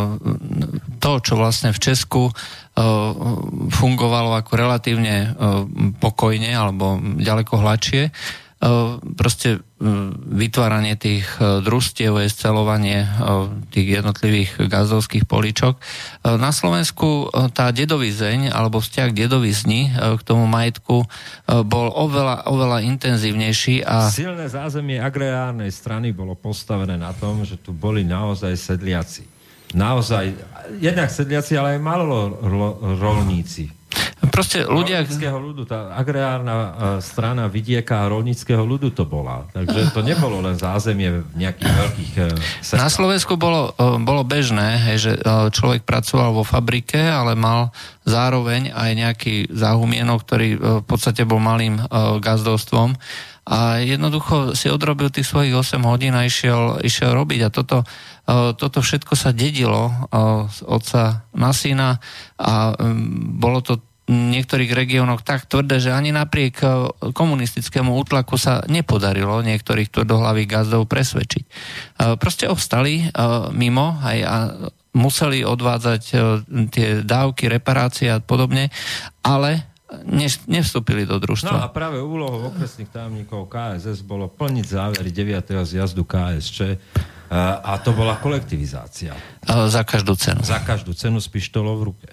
to, čo vlastne v Česku fungovalo ako relatívne pokojne alebo ďaleko hladšie, proste vytváranie tých družstiev, escelovanie tých jednotlivých gazdovských políčok. Na Slovensku tá dedovizeň alebo vzťah dedovizni k tomu majetku bol oveľa intenzívnejší. A silné zázemie agrárnej strany bolo postavené na tom, že tu boli naozaj sedliaci. Naozaj, jednak sedliaci, ale aj malorolníci. Proste ľudia... Rolníckeho ľudu, tá agrárna strana vidieka a rolníckeho ľudu to bola. Takže to nebolo len zázemie v nejakých veľkých sektorách. Na Slovensku bolo bežné, že človek pracoval vo fabrike, ale mal zároveň aj nejaký záhumienok, ktorý v podstate bol malým gazdovstvom. A jednoducho si odrobil tých svojich 8 hodín a išiel robiť. A toto všetko sa dedilo z otca na syna a bolo to v niektorých regiónoch tak tvrdé, že ani napriek komunistickému útlaku sa nepodarilo niektorých tvrdohlavých gazdov presvedčiť. Proste obstali mimo a museli odvádzať tie dávky, reparácie a podobne, ale nevstúpili do družstva. No a práve úlohou okresných tajomníkov KSS bolo plniť závery 9. zjazdu KSČ a to bola kolektivizácia. Za každú cenu. Za každú cenu s pištolou v ruke.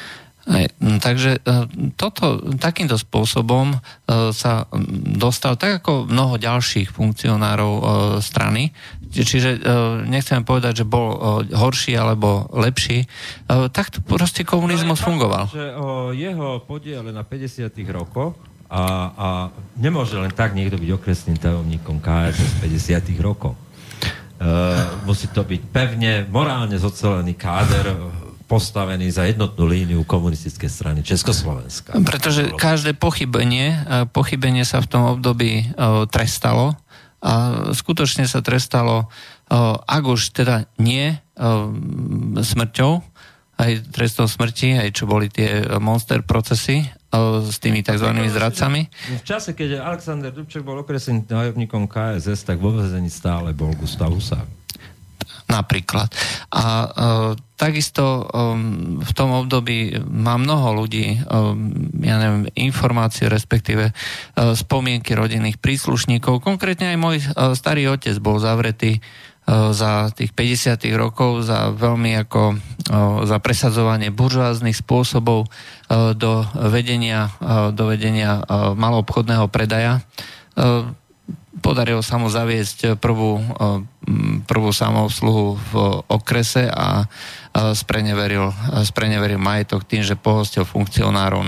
Takže takýmto spôsobom sa dostal, tak ako mnoho ďalších funkcionárov strany, čiže nechcem povedať, že bol horší alebo lepší, tak proste komunizmus fungoval. Že o jeho podiele na 50. rokoch a nemôže len tak niekto byť okresným tajomníkom KSS v 50. rokoch. Musí to byť pevne, morálne zocelený káder postavený za jednotnú líniu komunistickej strany Československa. Pretože každé pochybenie sa v tom období trestalo a skutočne sa trestalo, ak už teda nie smrťou, aj trestom smrti, aj čo boli tie monster procesy s tými tzv. Zradcami. V čase, keď Alexander Dubček bol okresným tajomníkom KSS, tak vo väzení stále bol Gustav Husák. Napríklad. A takisto v tom období má mnoho ľudí, informácie, respektíve spomienky rodinných príslušníkov. Konkrétne aj môj starý otec bol zavretý za tých 50. rokov za za presadzovanie buržoáznych spôsobov do vedenia maloobchodného predaja. Podarilo sa mu zaviesť prvú samoobsluhu v okrese a spreneveril majetok tým, že pohostil funkcionárov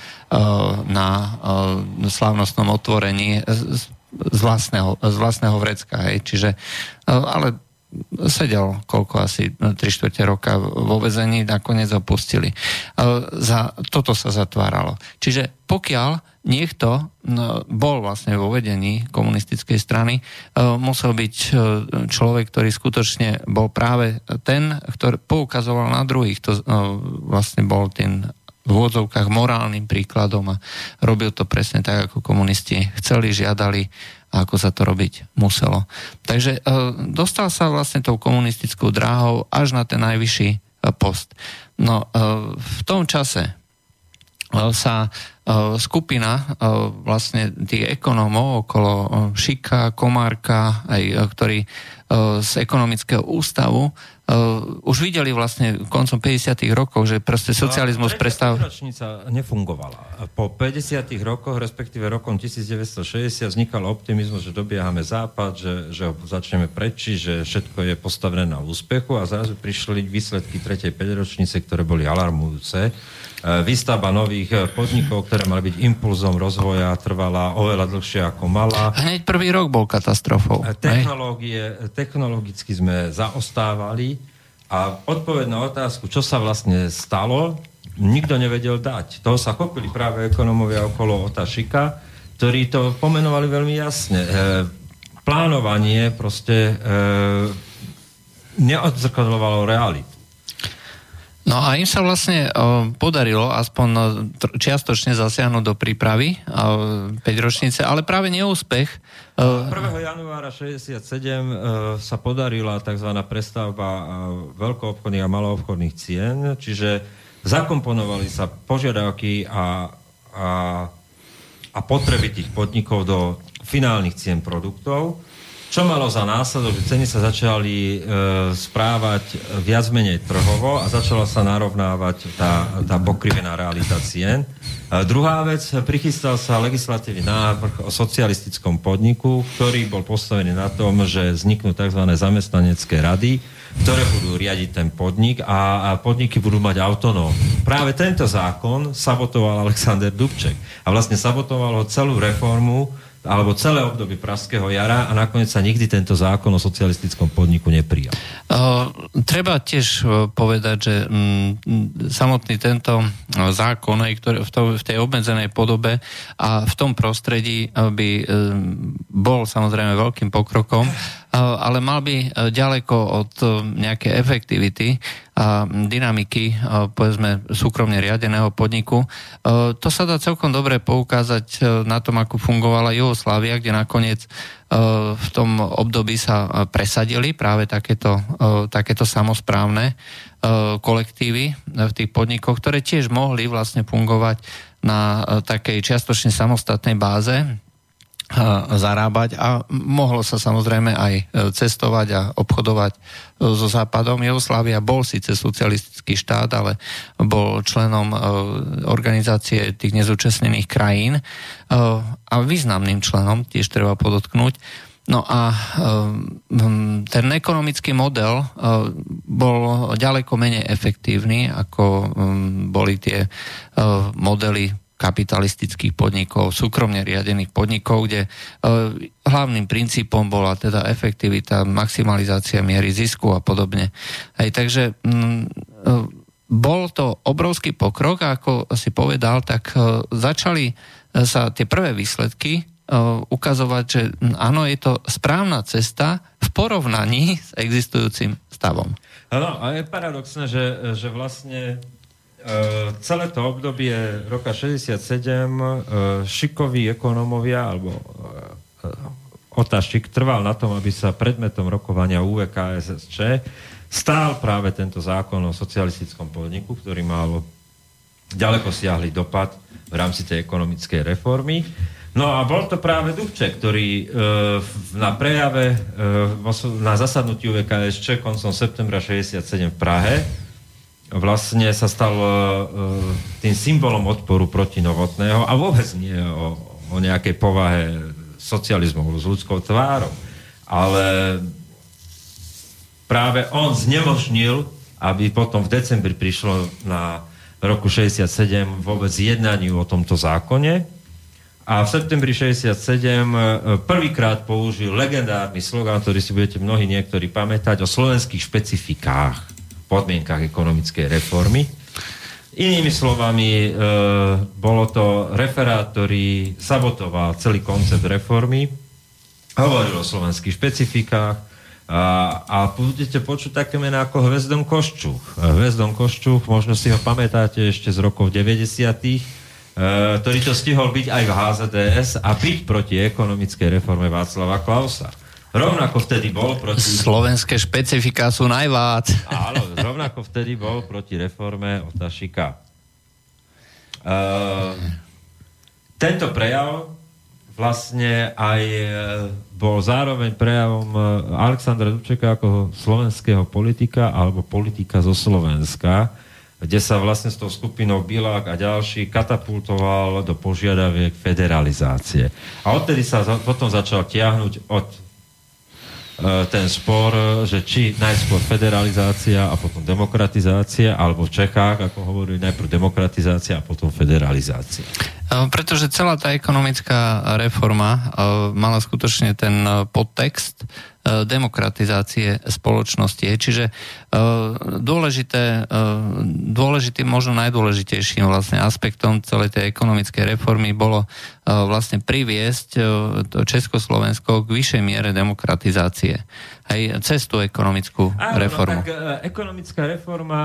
na slávnostnom otvorení z vlastného vrecka. Hej. Čiže, ale sedel asi 3/4 roka vo väzení, nakoniec ho pustili. Za toto sa zatváralo. Čiže pokiaľ niekto bol vlastne vo vedení komunistickej strany, musel byť človek, ktorý skutočne bol práve ten, ktorý poukazoval na druhých. To vlastne bol tým v úvodzovkách morálnym príkladom a robil to presne tak, ako komunisti chceli, žiadali a ako sa to robiť muselo. Takže dostal sa vlastne tou komunistickou dráhou až na ten najvyšší post. No, v tom čase sa skupina vlastne tých ekonómov okolo Šika, Komárka, aj ktorí z ekonomického ústavu už videli vlastne koncom 50. rokov, že proste socializmus prestal... Ročnica nefungovala. Po 50. rokoch, respektíve rokom 1960 vznikal optimizmus, že dobiehame západ, že ho začneme prečiť, že všetko je postavené na úspechu a zrazu prišli výsledky 3. 5-ročnice, ktoré boli alarmujúce. Výstavba nových podnikov, ktoré mali byť impulzom rozvoja, trvala oveľa dlhšie ako mala. Hneď prvý rok bol katastrofou. Technologicky sme zaostávali a odpoveď na otázku, čo sa vlastne stalo, nikto nevedel dať. Toho sa chopili práve ekonomovia okolo Ota Šika, ktorí to pomenovali veľmi jasne. Plánovanie proste neodzrkadľovalo realitu. No a im sa vlastne podarilo aspoň čiastočne zasiahnuť do prípravy 5-ročnice, ale práve neúspech. 1. januára 1967 sa podarila tzv. Prestavba veľkoobchodných a maloobchodných cien, čiže zakomponovali sa požiadavky a potreby tých podnikov do finálnych cien produktov, čo malo za následok, že ceny sa začali správať viac menej trhovo a začala sa narovnávať tá pokrivená realita cien. Druhá vec, prichystal sa legislatívny návrh o socialistickom podniku, ktorý bol postavený na tom, že vzniknú tzv. Zamestnanecké rady, ktoré budú riadiť ten podnik a podniky budú mať autonóm. Práve tento zákon sabotoval Alexander Dubček a vlastne sabotoval ho celú reformu alebo celé obdobie Pražského jara a nakoniec sa nikdy tento zákon o socialistickom podniku neprijal. Treba tiež povedať, že samotný tento zákon, v tej obmedzenej podobe a v tom prostredí by bol samozrejme veľkým pokrokom, ale mal by ďaleko od nejakej efektivity a dynamiky, povedzme, súkromne riadeného podniku. To sa dá celkom dobre poukázať na tom, ako fungovala Juhoslávia, kde nakoniec v tom období sa presadili práve takéto samosprávne kolektívy v tých podnikoch, ktoré tiež mohli vlastne fungovať na takej čiastočne samostatnej báze, zarábať a mohlo sa samozrejme aj cestovať a obchodovať so Západom. Juhoslávia bol síce socialistický štát, ale bol členom organizácie tých nezúčastnených krajín a významným členom, tiež treba podotknúť. No a ten ekonomický model bol ďaleko menej efektívny, ako boli tie modely kapitalistických podnikov, súkromne riadených podnikov, kde hlavným princípom bola teda efektivita, maximalizácia miery zisku a podobne. Takže bol to obrovský pokrok a ako si povedal, tak začali sa tie prvé výsledky ukazovať, že áno, je to správna cesta v porovnaní s existujúcim stavom. Áno, a je paradoxné, že vlastne celé to obdobie roka 67 šikoví ekonómovia alebo Ota Šik trval na tom, aby sa predmetom rokovania UVKSSČ stál práve tento zákon o socialistickom podniku, ktorý mal ďaleko siahly dopad v rámci tej ekonomickej reformy. No a bol to práve Dubček, ktorý na prejave na zasadnutí UVKSČ koncom septembra 67 v Prahe vlastne sa stal tým symbolom odporu proti Novotného a vôbec nie o nejakej povahe socializmu s ľudskou tvárou. Ale práve on znemožnil, aby potom v decembri prišlo na roku 67 vôbec jednaniu o tomto zákone a v septembri 67 prvýkrát použil legendárny slogán, ktorý si budete mnohí niektorí pamätať, o slovenských špecifikách podmienkach ekonomickej reformy. Inými slovami, bolo to referát, ktorý sabotoval celý koncept reformy, hovoril o slovenských špecifikách a budete počuť také mená ako Hvezdon Koščuch. Hvezdon Koščuch, možno si ho pamätáte ešte z rokov 90., ktorý to stihol byť aj v HZDS a byť proti ekonomickej reforme Václava Klausa. Rovnako vtedy bol proti... Slovenské špecifika sú najvác. Áno, rovnako vtedy bol proti reforme Otašika. Tento prejav vlastne aj bol zároveň prejavom Alexandra Dubčeka ako slovenského politika alebo politika zo Slovenska, kde sa vlastne s tou skupinou Bilák a ďalší katapultoval do požiadaviek federalizácie. A odtedy sa potom začal tiahnuť od ten spor, že či najskôr federalizácia a potom demokratizácia, alebo v Čechách, ako hovorili, najprv demokratizácia a potom federalizácia. Pretože celá tá ekonomická reforma mala skutočne ten podtext demokratizácie spoločnosti. Čiže dôležitým, možno najdôležitejším vlastne aspektom celej tej ekonomickej reformy bolo vlastne priviesť Československo k vyššej miere demokratizácie. Aj cez tú ekonomickú reformu. Tak ekonomická reforma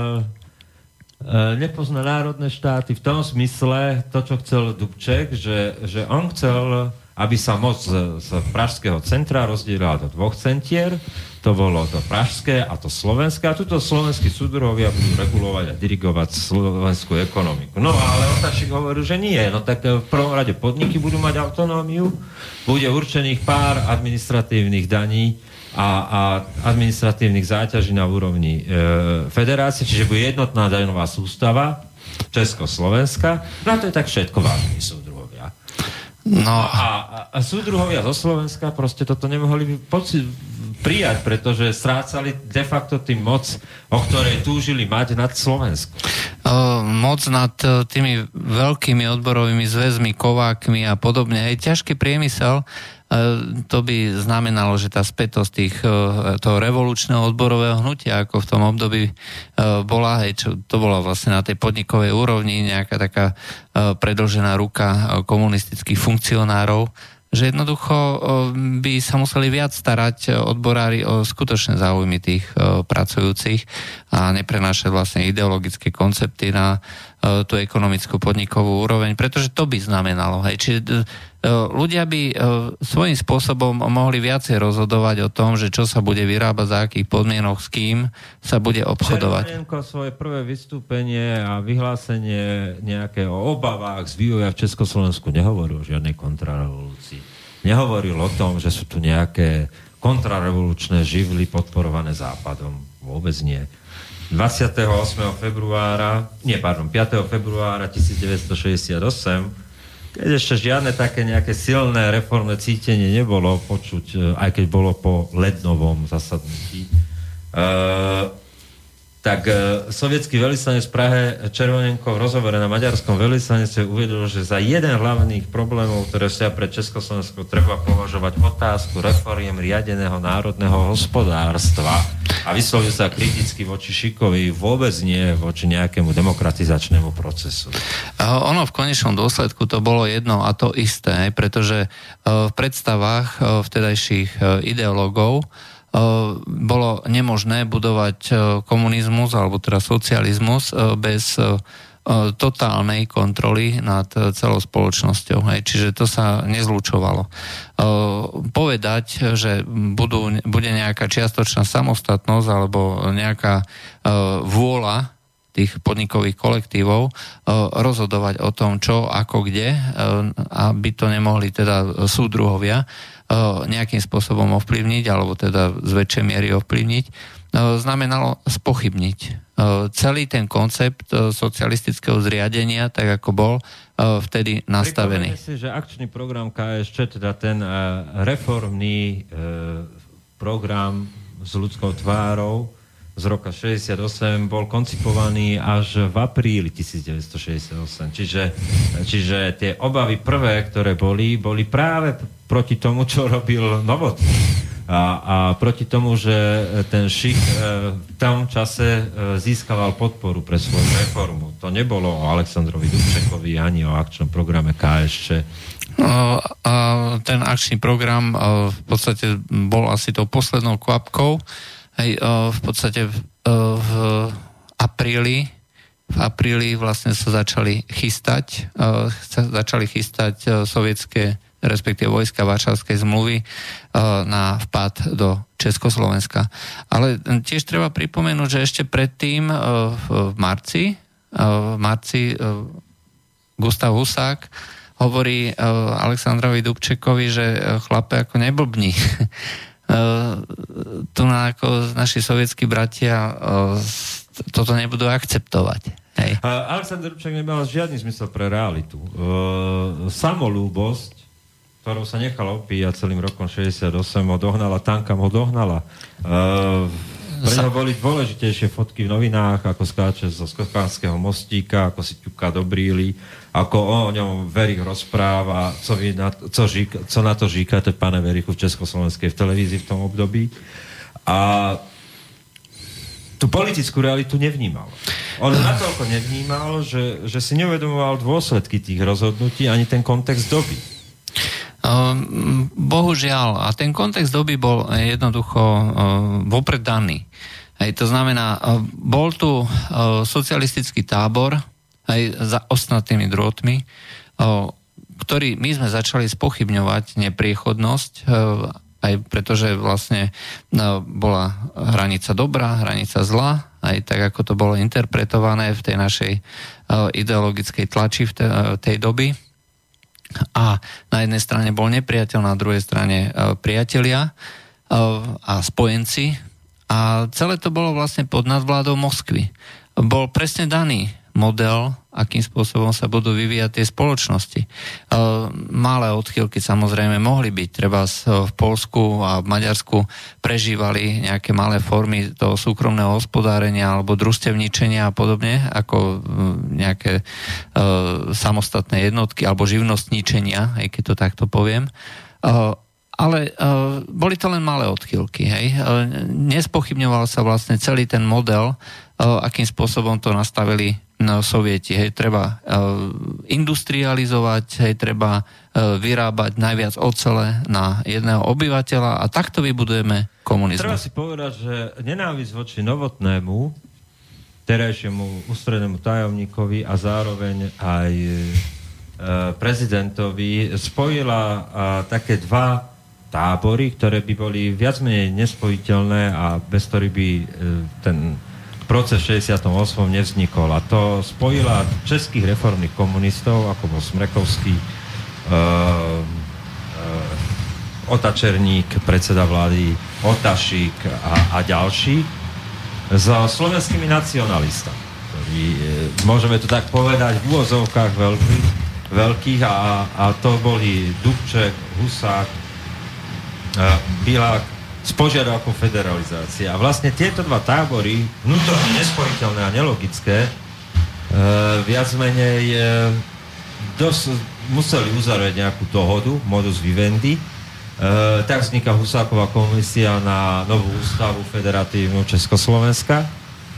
nepozná národné štáty v tom smysle, to, čo chcel Dubček, že on chcel, aby sa moc z pražského centra rozdielala do dvoch centier. To bolo to pražské a to slovenské. A tuto slovenskí súdruhovia budú regulovať a dirigovať slovenskú ekonomiku. No ale Otašik hovoril, že nie. No tak v prvom rade podniky budú mať autonómiu, bude určených pár administratívnych daní a administratívnych záťaží na úrovni federácie, čiže bude jednotná daňová sústava Československa. No a to je tak všetko, vážení súdruhovia. No a súdruhovia zo Slovenska proste toto nemohli prijať, pretože strácali de facto tým moc, o ktorej túžili mať nad Slovensku. Moc nad tými veľkými odborovými zväzmi, kovákmi a podobne. Aj ťažký priemysel, to by znamenalo, že tá spätosť toho revolučného odborového hnutia, ako v tom období bola, to bola vlastne na tej podnikovej úrovni nejaká taká predĺžená ruka komunistických funkcionárov, že jednoducho by sa museli viac starať odborári o skutočné záujmy tých pracujúcich a neprenášať vlastne ideologické koncepty na tú ekonomickú podnikovú úroveň, pretože to by znamenalo. Čiže ľudia by svojím spôsobom mohli viacej rozhodovať o tom, že čo sa bude vyrábať, za akých podmienok, s kým sa bude obchodovať. Červenenko svoje prvé vystúpenie a vyhlásenie nejaké o obavách z vývoja v Československu nehovoril o žiadnej kontrarevolúcii. Nehovoril o tom, že sú tu nejaké kontrarevolučné živly podporované Západom. Vôbec nie. 5. februára 1968, keď ešte žiadne také nejaké silné reformné cítenie nebolo počuť, aj keď bolo po lednovom zasadnutí, tak sovietský veľvyslanec v Prahe Červenenko v rozhovore na maďarskom veľvyslanectve uvedol, že za jeden hlavných problémov, ktoré sa pre Československo treba považovať otázku reforiem riadeného národného hospodárstva a vyslovil sa kriticky voči Šikovi, vôbec nie voči nejakému demokratizačnému procesu. Ono v konečnom dôsledku to bolo jedno a to isté, pretože v predstavách vtedajších ideológov bolo nemožné budovať komunizmus alebo teda socializmus bez totálnej kontroly nad celou spoločnosťou. Čiže to sa nezlučovalo. Povedať, že bude nejaká čiastočná samostatnosť alebo nejaká vôľa tých podnikových kolektívov rozhodovať o tom, čo, ako, kde, aby to nemohli teda súdruhovia nejakým spôsobom ovplyvniť, alebo teda z väčšej miery ovplyvniť, znamenalo spochybniť celý ten koncept socialistického zriadenia, tak ako bol vtedy nastavený. Pripomeňme si, že akčný program KSČ, teda ten reformný program s ľudskou tvárou z roka 68 bol koncipovaný až v apríli 1968. Čiže tie obavy prvé, ktoré boli práve proti tomu, čo robil Novotný. A proti tomu, že ten Šik v tom čase získaval podporu pre svoju reformu. To nebolo o Alexandrovi Dubčekovi ani o akčnom programe KSČ. Ten akčný program v podstate bol asi tou poslednou kvapkou. V podstate v apríli vlastne sa začali chystať sovietské respektíve vojska Varšavskej zmluvy na vpád do Československa. Ale tiež treba pripomenúť, že ešte predtým v marci Gustav Husák hovorí Alexandrovi Dubčekovi, že chlape, ako neblbni. Tu ako naši sovietskí bratia toto nebudú akceptovať. Hej. Alexander Dubček nemal žiadny zmysel pre realitu. Samolúbosť, ktorou sa nechala opíjať celým rokom 68, ho dohnala, tankam ho dohnala. Pre neho boli dôležitejšie fotky v novinách, ako skáče zo Skokanského mostíka, ako si ťuká do brýly, ako o ňom Verich rozpráva, co na to žíkate, pane Verichu, v Československej v televízii v tom období. A tú politickú realitu nevnímal. On natoľko nevnímal, že si neuvedomoval dôsledky tých rozhodnutí ani ten kontext doby. Bohužiaľ. A ten kontext doby bol jednoducho vopred daný. To znamená, bol tu socialistický tábor aj za ostnatými drôtmi, ktorý my sme začali spochybňovať nepriechodnosť, aj pretože vlastne bola hranica dobrá, hranica zlá, aj tak, ako to bolo interpretované v tej našej ideologickej tlači v tej doby. A na jednej strane bol nepriateľ, na druhej strane priatelia a spojenci. A celé to bolo vlastne pod nadvládou Moskvy. Bol presne daný model, akým spôsobom sa budú vyvíjať tie spoločnosti. Malé odchýlky samozrejme mohli byť. Treba v Poľsku a v Maďarsku prežívali nejaké malé formy toho súkromného hospodárenia alebo družstevničenia a podobne, ako nejaké samostatné jednotky alebo živnostníčenia, aj keď to takto poviem. Ale boli to len malé odchýlky. Hej? Nespochybňoval sa vlastne celý ten model, akým spôsobom to nastavili Sovieti. Hej, treba industrializovať, hej, treba vyrábať najviac ocele na jedného obyvateľa a takto vybudujeme komunizmus. Treba si povedať, že nenávisť voči Novotnému, terajšiemu ústrednému tajomníkovi a zároveň aj prezidentovi spojila také dva tábory, ktoré by boli viac menej nespojiteľné a bez ktorých by ten proces v 68. nevznikol. A to spojila českých reformných komunistov, ako bol Smrekovský, Ota Černík, predseda vlády, Otašík a ďalší, s slovenskými nacionalistami, ktorí, môžeme to tak povedať, v úvozovkách veľkých a to boli Dubček, Husák, Bilák, s požiadavkou federalizácie. A vlastne tieto dva tábory, vnútorne nespojiteľné a nelogické, viac menej museli uzavrieť nejakú dohodu, modus vivendi. Tak vzniká Husáková komisia na novú ústavu federatívnu Československa.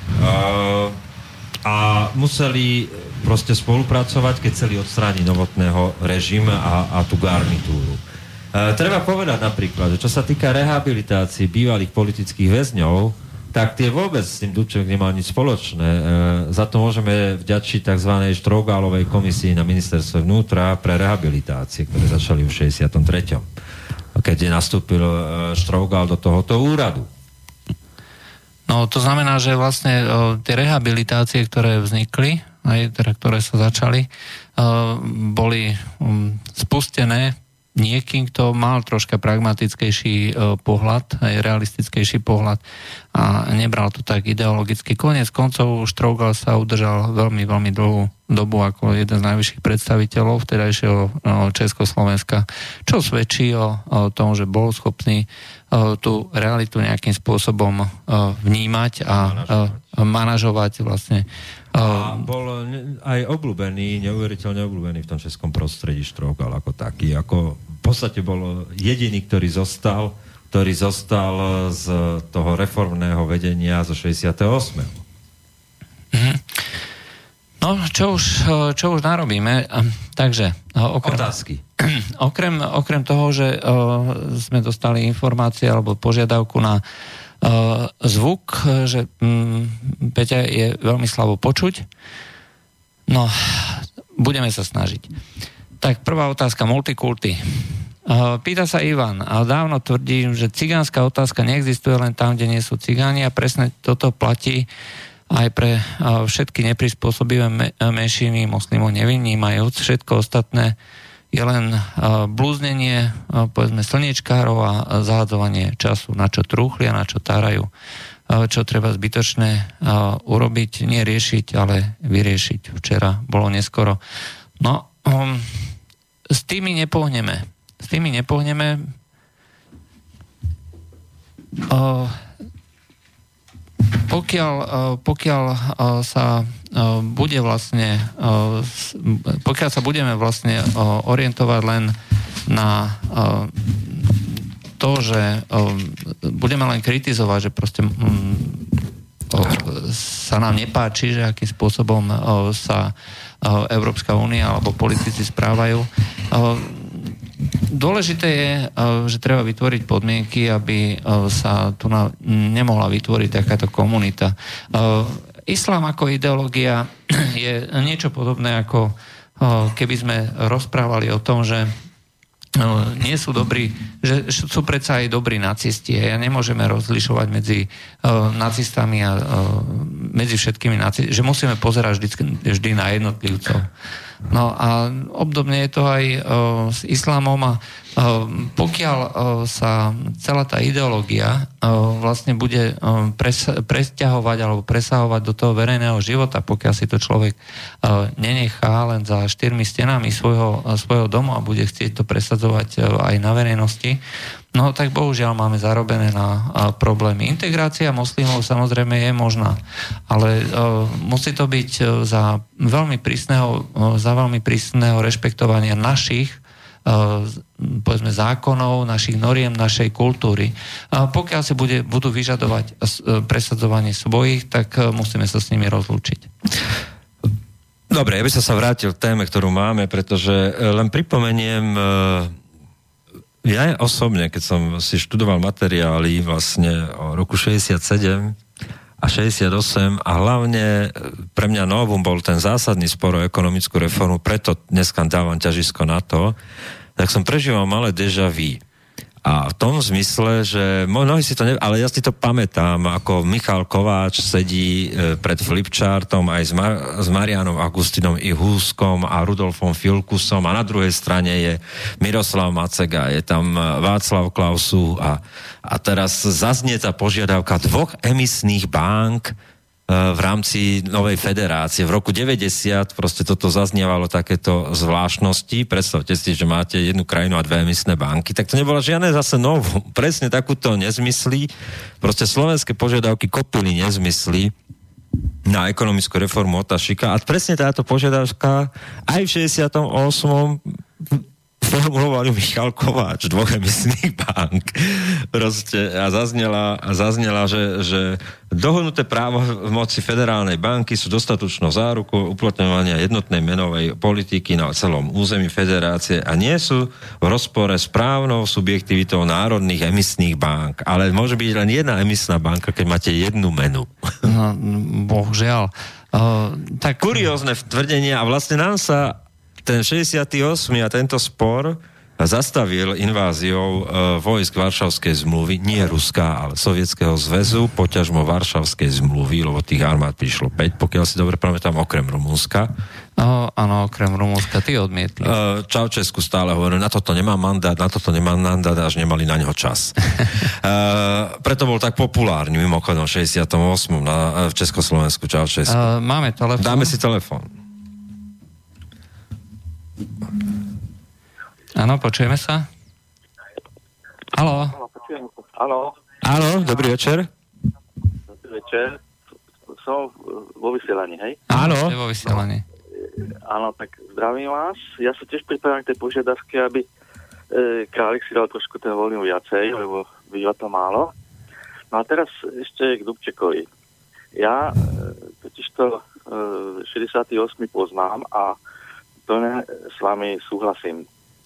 A museli proste spolupracovať, keď chceli odstrániť Novotného režim a tú garnitúru. Treba povedať napríklad, že čo sa týka rehabilitácií bývalých politických väzňov, tak tie vôbec s tým Dubček nemal nič spoločné. Za to môžeme vďačiť tzv. Štrougálovej komisii na ministerstve vnútra pre rehabilitácie, ktoré začali v 63. Keď nastúpil Štrougal do tohoto úradu. No to znamená, že vlastne tie rehabilitácie, ktoré vznikli, aj teda, ktoré sa začali, boli spustené niekým, kto mal troška pragmatickejší pohľad, aj realistickejší pohľad a nebral to tak ideologicky. Koniec koncov Štrougal sa udržal veľmi, veľmi dlhú dobu ako jeden z najvyšších predstaviteľov vtedajšieho Československa, čo svedčí o tom, že bol schopný tú realitu nejakým spôsobom vnímať a manažovať vlastne. A bol aj obľúbený, neuveriteľne obľúbený v tom českom prostredí Štrougal ako taký, ako v podstate bol jediný, ktorý zostal z toho reformného vedenia zo 68. No, čo už narobíme? Takže, otázky. Okrem toho, že sme dostali informácie alebo požiadavku na zvuk, že Peťa je veľmi slabo počuť. No, budeme sa snažiť. Tak prvá otázka, multikulty. Pýta sa Ivan, a dávno tvrdím, že cigánska otázka neexistuje len tam, kde nie sú cigáni a presne toto platí aj pre všetky neprispôsobivé menšiny, moslimov nevynímajúc. Všetko ostatné je len blúznenie, povedzme, slniečkárov a zahadzovanie času, na čo trúchlia, na čo tárajú, čo treba zbytočné urobiť, nie riešiť, ale vyriešiť. Včera bolo neskoro. No, s tými nepohneme. Pokiaľ sa bude vlastne pokiaľ sa budeme vlastne orientovať len na to, že budeme len kritizovať, že proste sa nám nepáči, že akým spôsobom sa Európska únia alebo politici správajú. Dôležité je, že treba vytvoriť podmienky, aby sa tu nemohla vytvoriť takáto komunita. Islám ako ideológia je niečo podobné, ako keby sme rozprávali o tom, že nie sú dobrí, že sú predsa aj dobrí nacisti. A nemôžeme rozlišovať medzi nacistami a medzi všetkými nacistami, že musíme pozerať vždy na jednotlivcov. No a obdobne je to aj s islámom a pokiaľ sa celá tá ideológia vlastne bude presťahovať alebo presahovať do toho verejného života, pokiaľ si to človek nenechá len za 4 stenami svojho domu a bude chcieť to presadzovať aj na verejnosti, no tak bohužiaľ máme zarobené na problémy. Integrácia moslimov samozrejme je možná, ale musí to byť za veľmi prísneho rešpektovania našich povedzme zákonov, našich noriem, našej kultúry. Pokiaľ si budú vyžadovať presadzovanie svojich, tak musíme sa s nimi rozlúčiť. Dobre, ja by som sa vrátil k téme, ktorú máme, pretože len pripomeniem, ja osobne, keď som si študoval materiály vlastne o roku 67 a 68 a hlavne pre mňa novum bol ten zásadný spor o ekonomickú reformu, preto dneska dávam ťažisko na to, tak som prežíval malé déjà vu. A v tom zmysle, že mnohí si to ale ja si to pamätám, ako Michal Kováč sedí pred flipchartom aj s Marianom Augustinom i Húskom a Rudolfom Filkusom a na druhej strane je Miroslav Macega, je tam Václav Klausu a teraz zaznie tá požiadavka 2 emisných bank v rámci novej federácie. V roku 90 proste toto zaznievalo takéto zvláštnosti. Predstavte si, že máte jednu krajinu a 2 emisné banky. Tak to nebolo žiadne zase novú. Presne takúto nezmyslí. Proste slovenské požiadavky kopili nezmysly na ekonomickú reformu Otašika. A presne táto požiadavka aj v 68. formulovali Michal Kováč 2 emisných bank. Proste a zaznela, že dohodnuté právo v moci federálnej banky sú dostatočnou zárukou uplatňovania jednotnej menovej politiky na celom území federácie a nie sú v rozpore s právnou subjektivitou národných emisných bank. Ale môže byť len jedna emisná banka, keď máte jednu menu. No, bohužiaľ. Tak kuriózne tvrdenie a vlastne nám sa ten 68. a tento spor zastavil inváziou vojsk Varšavskej zmluvy, nie Ruská, ale Sovietskeho zväzu, poťažmo Varšavskej zmluvy, lebo tých armád prišlo 5, pokiaľ si dobre pamätám, okrem Rumunska. Áno, okrem Rumunska, ty odmietli. Čaučesku stále hovoril, na toto nemám mandát, až nemali na neho čas. Preto bol tak populárny, mimochodom, v 68. v Československu Čaučesku. Máme telefón. Dáme si telefón. Áno, počujeme sa? Haló. Áno, dobrý večer. Dobrý večer. Som vo vysielaní, hej? Áno, vo vysielaní. Áno, tak zdravím vás. Ja sa tiež pripájam k tej požiadavke, aby Králik si dal trošku ten voľný viacej, lebo býva to málo. No a teraz ešte k Dubčekovi. Ja totižto 68. poznám a plne s vami súhlasím.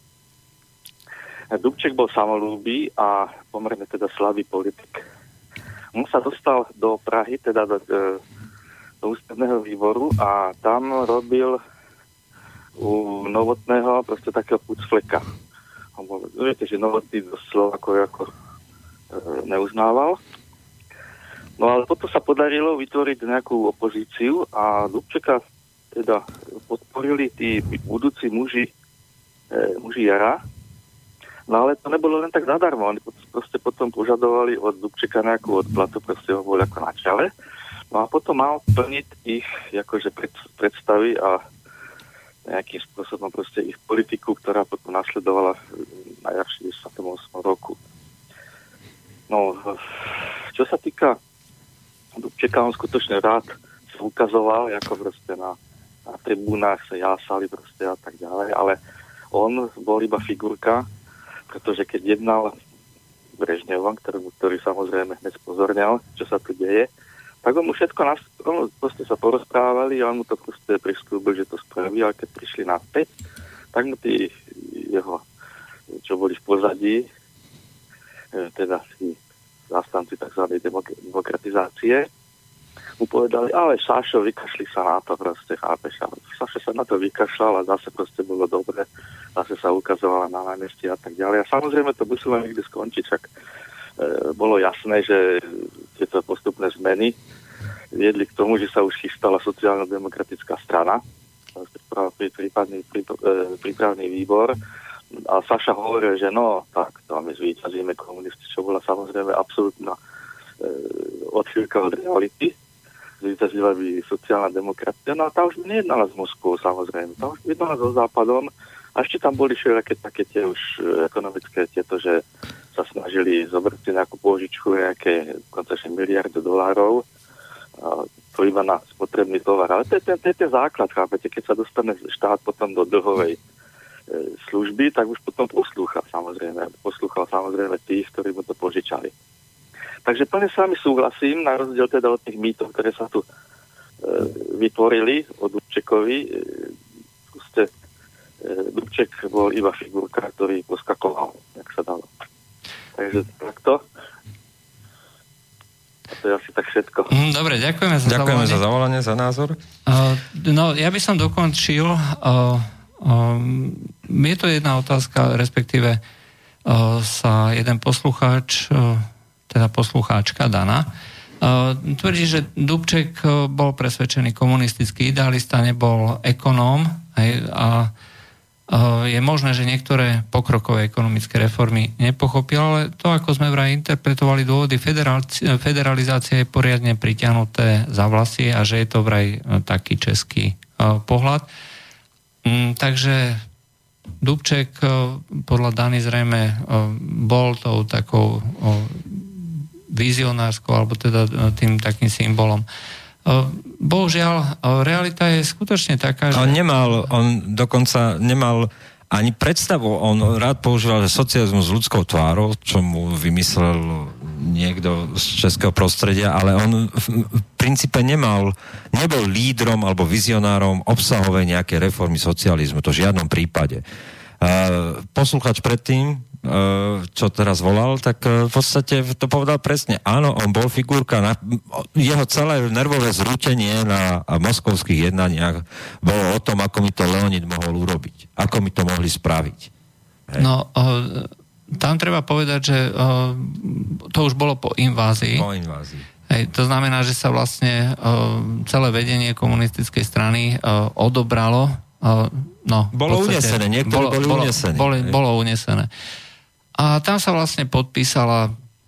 Dubček bol samolúbý a pomerne teda slabý politik. On sa dostal do Prahy, teda do ústredného výboru a tam robil u Novotného proste takého pucfleka. Viete, že Novotný Slovákov ako neuznával. No ale potom sa podarilo vytvoriť nejakú opozíciu a Dubčeka teda podporili tí budúci muži Jara. No ale to nebolo len tak zadarmo. Oni proste potom požadovali od Dubčeka nejakú odplatu, proste ho bol ako na čele. No a potom mal plniť ich akože predstavy a nejakým spôsobom proste ich politiku, ktorá potom nasledovala na 68. roku. No, čo sa týka Dubčeka, on skutočne rád sa ukazoval, ako proste na tribúnach sa jásali proste a tak ďalej, ale on bol iba figurka, pretože keď jednal Brežnevom, ktorý samozrejme hneď spozorňal, čo sa tu deje, tak on mu všetko proste sa porozprávali a on mu to proste prislúbil, že to spraví, ale keď prišli naspäť, tak mu tí jeho, čo boli v pozadí, teda tí zástanci tzv. Demokratizácie, mu povedali, ale Sášo, vykašli sa na to proste, chápeš, ale Sášo sa na to vykašľal a zase proste bolo dobre, zase sa ukazovala na námestí a tak ďalej. A samozrejme to muselo niekde skončiť, však bolo jasné, že tieto postupné zmeny viedli k tomu, že sa už chystala sociálno-demokratická strana, prípravný výbor, a Saša hovoril, že no, tak to my zvíťazíme komunisti, čo bola samozrejme absolútna odchýlka od reality. Zvíťazila by sociálna demokracia, no a tá už nejednala s Moskvou, samozrejme. Tá už jednala so Západom a ešte tam boli všelijaké také tie už ekonomické tieto, že sa snažili zobrať nejakú pôžičku, nejaké koncečne $1 miliardy, to iba na spotrebný tovar. Ale to je ten základ, chápete, keď sa dostane štát potom do dlhovej služby, tak už potom poslúchal samozrejme tých, ktorí mu to požičali. Takže plne s vami súhlasím, na rozdiel teda od tých mýtov, ktoré sa tu vytvorili o Dubčekovi. Dubček bol iba figurka, ktorý poskakoval, jak sa dalo. Takže takto. A to je asi tak všetko. Dobre, ďakujeme za zavolanie, za názor. No, ja by som dokončil. Je to jedna otázka, respektíve sa jeden poslucháč, teda poslucháčka Dana, tvrdí, že Dubček bol presvedčený komunistický idealista, nebol ekonóm a je možné, že niektoré pokrokové ekonomické reformy nepochopil, ale to, ako sme vraj interpretovali dôvody federalizácie, je poriadne pritiahnuté za vlasy a že je to vraj taký český pohľad. Takže Dubček podľa Dany zrejme bol tou takou vizionárskou alebo teda tým takým symbolom. Bohužiaľ, realita je skutočne taká, že... On dokonca nemal ani predstavu, on rád používal socializmus s ľudskou tvárou, čo mu vymyslel niekto z českého prostredia, ale on v princípe nebol lídrom alebo vizionárom obsahovej nejakej reformy socializmu, to v žiadnom prípade. Posluchač predtým, čo teraz volal, tak v podstate to povedal presne. Áno, on bol figurka, jeho celé nervové zrútenie na moskovských jednaniach bolo o tom, ako mi to Leonid mohol urobiť. Ako mi to mohli spraviť. Hej. No, tam treba povedať, že to už bolo po invázii. Po invázii. Hej, to znamená, že sa vlastne celé vedenie komunistickej strany odobralo. Bolo unesené, niektorí boli unesení. Bolo unesené. A tam sa vlastne podpísala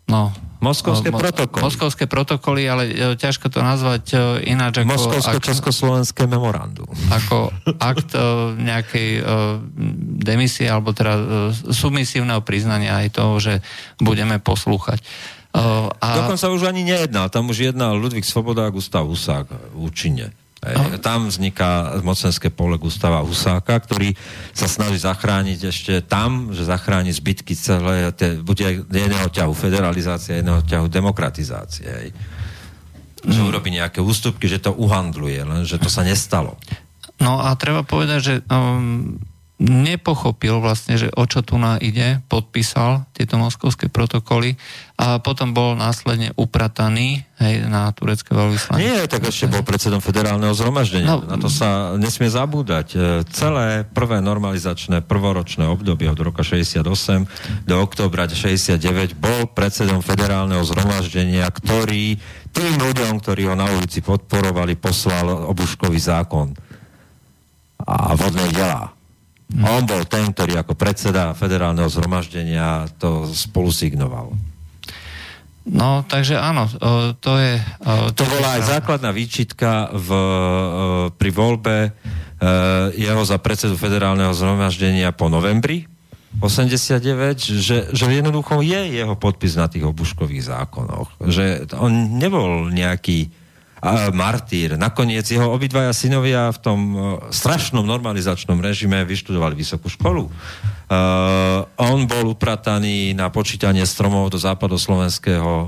moskovské protokoly, ale ťažko to nazvať ináč ako... Moskovsko-československé memorandum. Ako akt nejakej demisie, alebo teda submisívneho priznania aj toho, že budeme poslúchať. Dokonca už ani nejednal. Tam už jednal Ludvík Svoboda a Gustav Husák v Účine. Tam vzniká mocenské pole Gustava Husáka, ktorý sa snaží zachrániť ešte tam, že zachráni zbytky celé, bude jedného ťahu federalizácie, jedného ťahu demokratizácie. Že urobí nejaké ústupky, že to uhandluje, len že to sa nestalo. No a treba povedať, že nepochopil vlastne, že o čo tu ide, podpísal tieto moskovské protokoly a potom bol následne uprataný na turecké veľvyslanectvo. Nie, tak ešte bol predsedom federálneho zhromaždenia. Na to sa nesmie zabúdať. Celé prvé normalizačné prvoročné obdobie od roka 68 do októbra 69 bol predsedom federálneho zhromaždenia, ktorý tým ľuďom, ktorí ho na ulici podporovali, poslal obuškový zákon a vodné delá. On bol ten, ktorý ako predseda federálneho zhromaždenia to spolu signoval. No, takže áno, to je... To bola aj základná výčitka pri voľbe jeho za predsedu federálneho zhromaždenia po novembri 89, že jednoducho je jeho podpis na tých obuškových zákonoch. Že on nebol nejaký martýr. Nakoniec jeho obidvaja synovia v tom strašnom normalizačnom režime vyštudovali vysokú školu. On bol uprataný na počítanie stromov do západoslovenského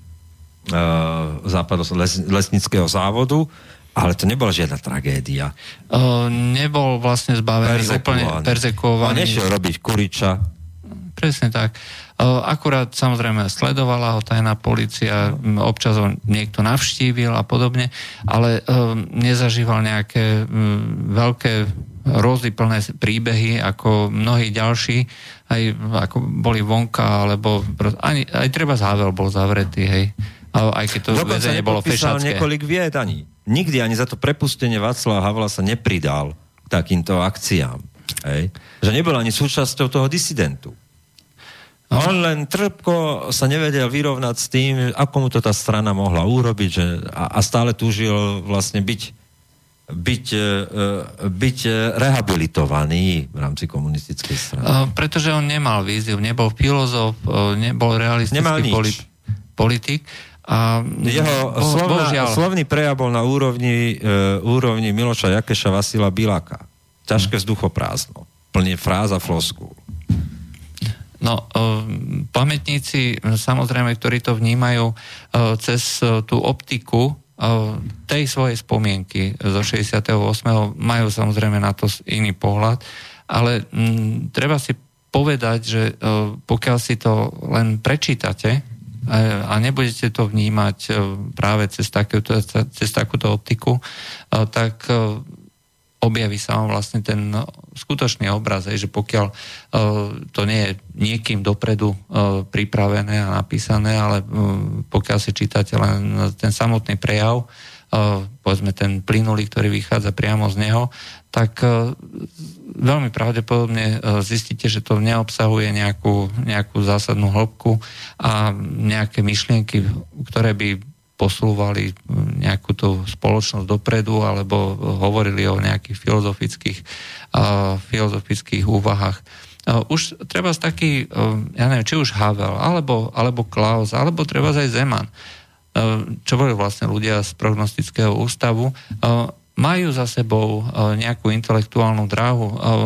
lesnického závodu, ale to nebola žiadna tragédia. Nebol vlastne zbavený, úplne perzekuovaný. On nešiel robiť kuriča. Presne tak. Akurát samozrejme sledovala ho tajná polícia, občas ho niekto navštívil a podobne, ale nezažíval nejaké veľké rozdyplné príbehy ako mnohí ďalší, aj ako boli vonka, alebo aj treba Havel bol zavretý, hej. Aj keď to väzenie bolo fešacké. Dokonca niekoľko vied ani. Nikdy ani za to prepustenie Václava Havla sa nepridal k takýmto akciám. Hej. Že nebol ani súčasťou toho disidentu. On len trpko sa nevedel vyrovnať s tým, ako mu to tá strana mohla urobiť, a stále túžil vlastne byť rehabilitovaný v rámci komunistickej strany. Pretože on nemal víziu, nebol filozof, nebol realistický politik. A jeho slovný prejav bol na úrovni Miloša Jakeša, Vasila Biľaka. Ťažké vzduchoprázdno. Plne fráz a floskúl. No, pamätníci, samozrejme, ktorí to vnímajú cez tú optiku tej svojej spomienky zo 68. majú samozrejme na to iný pohľad, ale treba si povedať, že pokiaľ si to len prečítate a nebudete to vnímať práve cez takúto optiku, tak objaví sa vám vlastne ten skutočný obraz, že pokiaľ to nie je niekým dopredu pripravené a napísané, ale pokiaľ si čítate len ten samotný prejav, povedzme ten plynulý, ktorý vychádza priamo z neho, tak veľmi pravdepodobne zistíte, že to neobsahuje nejakú zásadnú hĺbku a nejaké myšlienky, ktoré by posúvali nejakú tú spoločnosť dopredu alebo hovorili o nejakých filozofických úvahách. Už treba taký, ja neviem, či už Havel, alebo Klaus, alebo treba aj Zeman, čo boli vlastne ľudia z prognostického ústavu, majú za sebou nejakú intelektuálnu dráhu.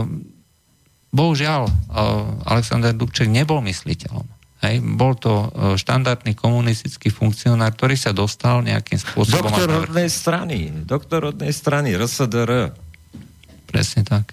Bohužiaľ, Alexander Dubček nebol mysliteľom. Hej, bol to štandardný komunistický funkcionár, ktorý sa dostal nejakým spôsobom... Doktor rodnej strany, RSDR. Presne tak.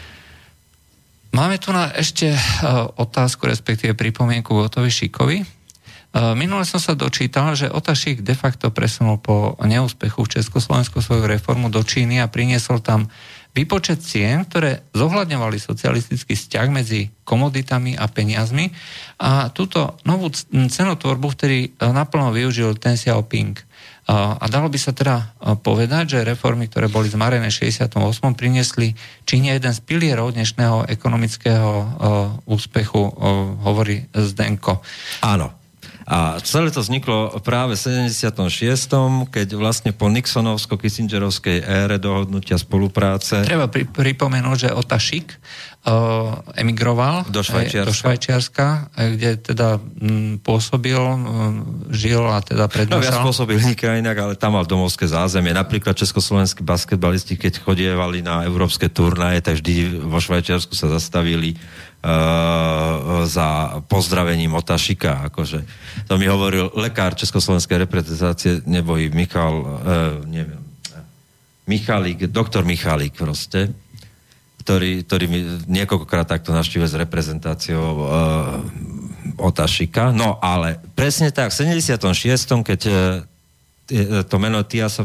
Máme tu ešte otázku, respektíve pripomienku Otovi Šíkovi. Minule som sa dočítal, že Ota Šík de facto presunul po neúspechu v Československu svoju reformu do Číny a priniesol tam výpočet cien, ktoré zohľadňovali socialistický vzťah medzi komoditami a peniazmi a túto novú cenotvorbu vtedy naplno využil Deng Xiaoping. A dalo by sa teda povedať, že reformy, ktoré boli zmarené v 68. priniesli Číne jeden z pilierov dnešného ekonomického úspechu, hovorí Zdenko. Áno. A celé to vzniklo práve v 76., keď vlastne po Nixonovsko-Kissingerovskej ére dohodnutia spolupráce... Treba pripomenúť, že Ota Šík emigroval do Švajčiarska, kde teda pôsobil, žil a teda prednášal. No viac pôsobil nikde inak, ale tam mal domovské zázemie. Napríklad československí basketbalisti, keď chodievali na európske turnaje, tak vždy vo Švajčiarsku sa zastavili za pozdravením Ota Šíka. Akože. To mi hovoril lekár československej reprezentácie, nebojí doktor Michalík proste. ktorý mi niekoľkokrát takto navštívil s reprezentáciou Otašika. No ale presne tak, v 76. keď to meno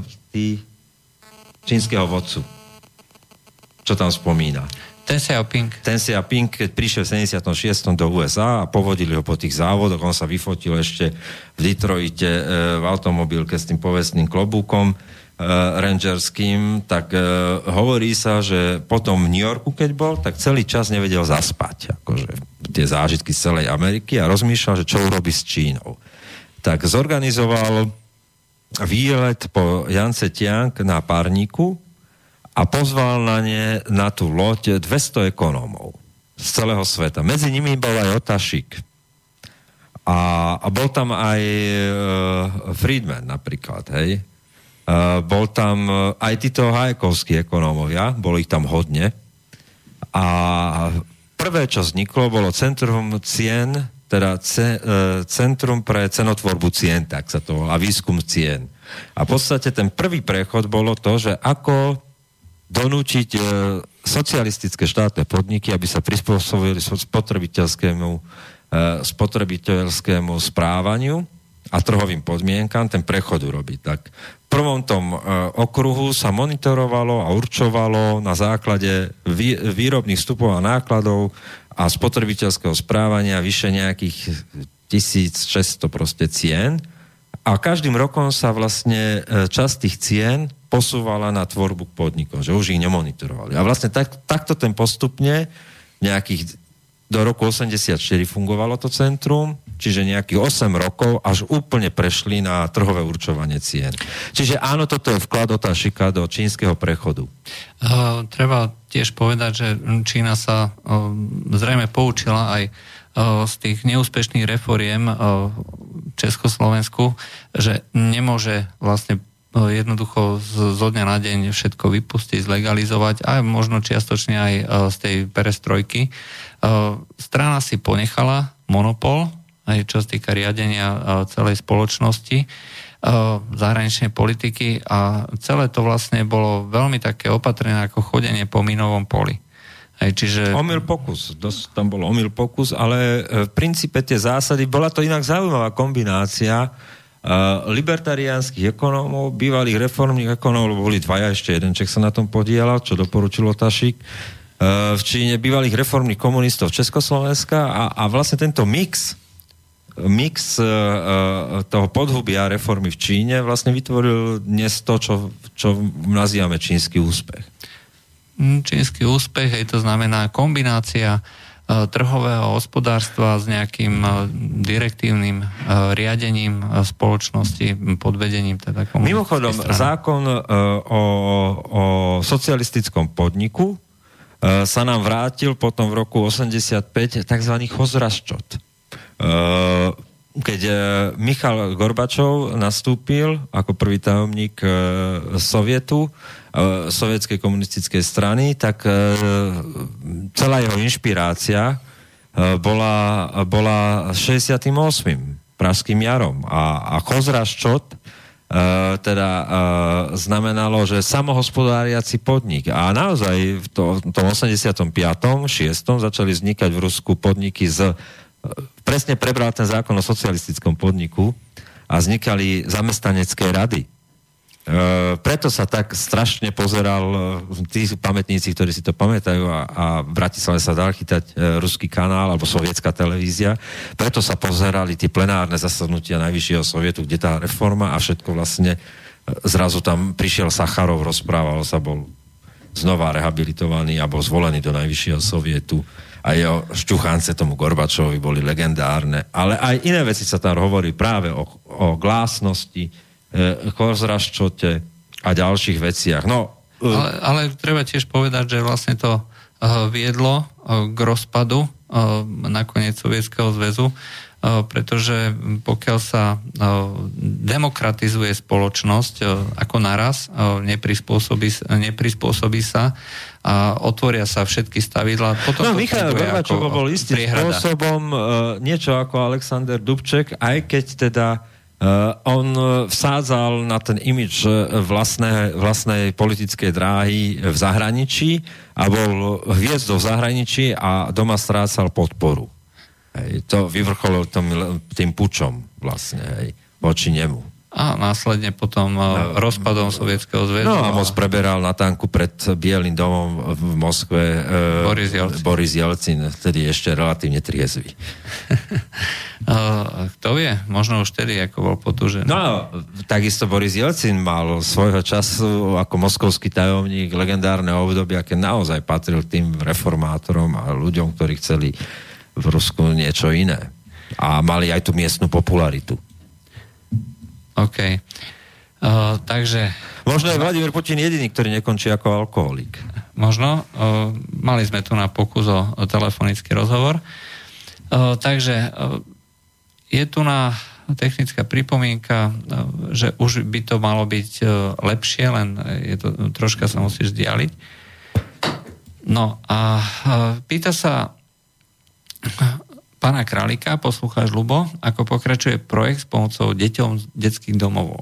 čínskeho vodcu, čo tam spomína. Ten Xiaoping, keď prišiel v 76. do USA a povodili ho po tých závodoch, on sa vyfotil ešte v Detroite v automobilke s tým povestným klobúkom rangerským, tak hovorí sa, že potom v New Yorku, keď bol, tak celý čas nevedel zaspať. Akože tie zážitky z celej Ameriky a rozmýšľal, že čo urobí s Čínou. Tak zorganizoval výlet po Yangtze-Kiang na párniku a pozval na tú loď 200 ekonómov z celého sveta. Medzi nimi bol aj Otašik. A bol tam aj Friedman napríklad, hej. Bol tam aj títo Hayekovskí ekonómovia, bolo ich tam hodne. A prvé, čo vzniklo, bolo Centrum cien, teda Centrum pre cenotvorbu cien, tak sa to volá, a výskum cien. A v podstate ten prvý prechod bolo to, že ako donútiť socialistické štátne podniky, aby sa prispôsobili spotrebiteľskému správaniu a trhovým podmienkam ten prechod urobiť. Tak v prvom tom okruhu sa monitorovalo a určovalo na základe výrobných vstupov a nákladov a spotrebiteľského správania vyše nejakých 1600 proste cien. A každým rokom sa vlastne časť tých cien posúvala na tvorbu podnikov, že už ich nemonitorovali. A vlastne takto ten postupne nejakých do roku 84 fungovalo to centrum, čiže nejakých 8 rokov až úplne prešli na trhové určovanie cien. Čiže áno, toto je vklad Otašika do čínskeho prechodu. Treba tiež povedať, že Čína sa zrejme poučila aj z tých neúspešných reforiem v Československu, že nemôže vlastne jednoducho zo dňa na deň všetko vypustiť, zlegalizovať a možno čiastočne aj z tej perestrojky. Strana si ponechala monopol, aj čo sa týka riadenia celej spoločnosti, zahraničnej politiky a celé to vlastne bolo veľmi také opatrené ako chodenie po minovom poli. Čiže... Omyl pokus, tam bol omyl pokus, ale v princípe tie zásady, bola to inak zaujímavá kombinácia libertariánskych ekonómov, bývalých reformných ekonómov, boli dvaja, ešte jeden Čech sa na tom podielal, čo doporučil Otašik, v Číne bývalých reformných komunistov Československa a vlastne tento mix toho podhubia reformy v Číne vlastne vytvoril dnes to, čo nazývame čínsky úspech. Čínsky úspech, to znamená kombinácia trhového hospodárstva s nejakým direktívnym riadením spoločnosti pod vedením teda komunistickej Mimochodom, strany. zákon o socialistickom podniku sa nám vrátil potom v roku 85 tzv. Chozraščot. Keď Michal Gorbačov nastúpil ako prvý tajomník Sovietu, sovietskej komunistickej strany, tak celá jeho inšpirácia bola 68. Pražským jarom. A Chozraščot znamenalo, že samohospodáriaci podnik. A naozaj v tom 85. 6. začali vznikať v Rusku podniky presne prebral ten zákon o socialistickom podniku a vznikali zamestnanecké rady. Preto sa tak strašne pozeral, tí pamätníci, ktorí si to pamätajú a v Bratislave sa dal chytať ruský kanál alebo sovietská televízia, preto sa pozerali tie plenárne zasadnutia Najvyššieho sovietu, kde tá reforma a všetko vlastne zrazu tam prišiel Sacharov, rozprával sa, bol znova rehabilitovaný a bol zvolený do Najvyššieho sovietu a jeho šťuchance tomu Gorbačovi boli legendárne, ale aj iné veci sa tam hovorí práve o glásnosti, Chozraščote a ďalších veciach. No, ale treba tiež povedať, že vlastne to viedlo k rozpadu nakoniec Sovietskeho zväzu, pretože pokiaľ sa demokratizuje spoločnosť ako naraz, neprispôsobí sa a otvoria sa všetky stavidlá. Potom Michal Gorbačov bol istým spôsobom niečo ako Alexander Dubček, aj keď teda On vsádzal na ten imidž vlastnej politickej dráhy v zahraničí a bol hviezdou v zahraničí a doma strácal podporu. Hej, to vyvrcholilo tým pučom vlastne, hej, voči nemu. A následne potom rozpadom Sovietskeho zväzu. No a moc preberal na tanku pred Bielým domom v Moskve Boris Jelcin, vtedy ešte relatívne triezvy. Kto vie? Možno už vtedy, ako bol potúžený. No, takisto Boris Jelcin mal svojho času ako moskovský tajomník legendárne obdobia, keď naozaj patril tým reformátorom a ľuďom, ktorí chceli v Rusku niečo iné. A mali aj tú miestnu popularitu. OK. Takže... Možno je Vladimír Putin jediný, ktorý nekončí ako alkoholik. Možno. Mali sme tu na pokus o telefonický rozhovor. Takže je tu na technická pripomienka, že už by to malo byť lepšie, len je to, troška sa musíš vzdialiť. No a pýta sa pána Králika, poslucháč Ľubo, ako pokračuje projekt s pomocou deťom detských domovov.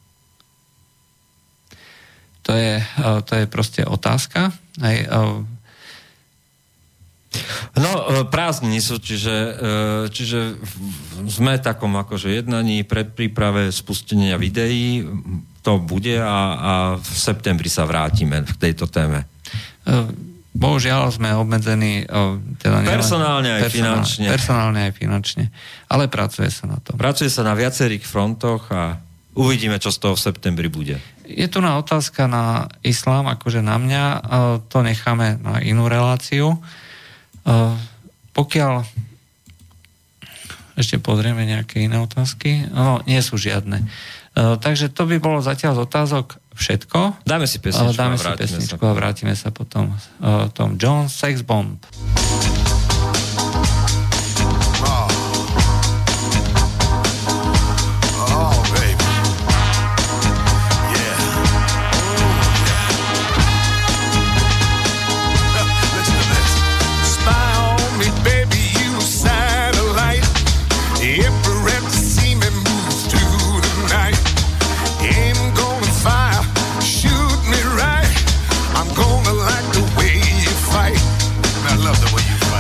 To je proste otázka. Hej, no, prázdniny sú, čiže sme takom akože jednaní, predpríprave spustenia videí, to bude a v septembri sa vrátime k tejto téme. Bohužiaľ sme obmedzení teda personálne aj finančne. Personálne aj finančne. Ale pracuje sa na to. Pracuje sa na viacerých frontoch a uvidíme, čo z toho v septembri bude. Je tu na otázka na islám, akože na mňa. To necháme na inú reláciu. Pokiaľ ešte pozrieme nejaké iné otázky. No, nie sú žiadne. Takže to by bolo zatiaľ z otázok všetko. Dáme si pesničku a vrátime sa potom Tom Jones, Sex Bomb. Love the way you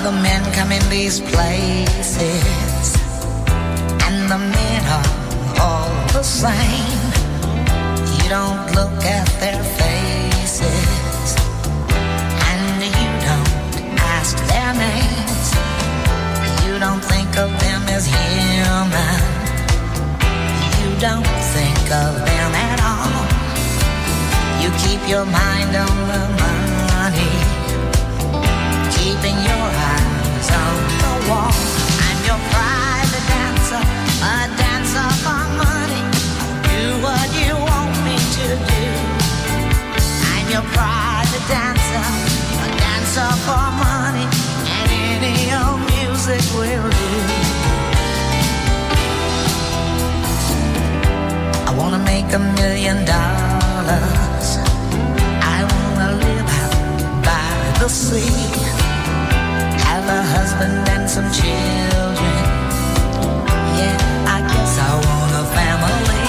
the men come in these places, and the men are all the same. You don't look at their faces, and you don't ask their names. You don't think of them as human. You don't think of them at all. You keep your mind on the money, keeping your eyes on the wall. I'm your private dancer, a dancer for money. Do what you want me to do. I'm your private dancer, a dancer for money, and any old music will do. I wanna make $1 million. I wanna live out by the sea, have a husband and some children. Yeah, I guess I want a family.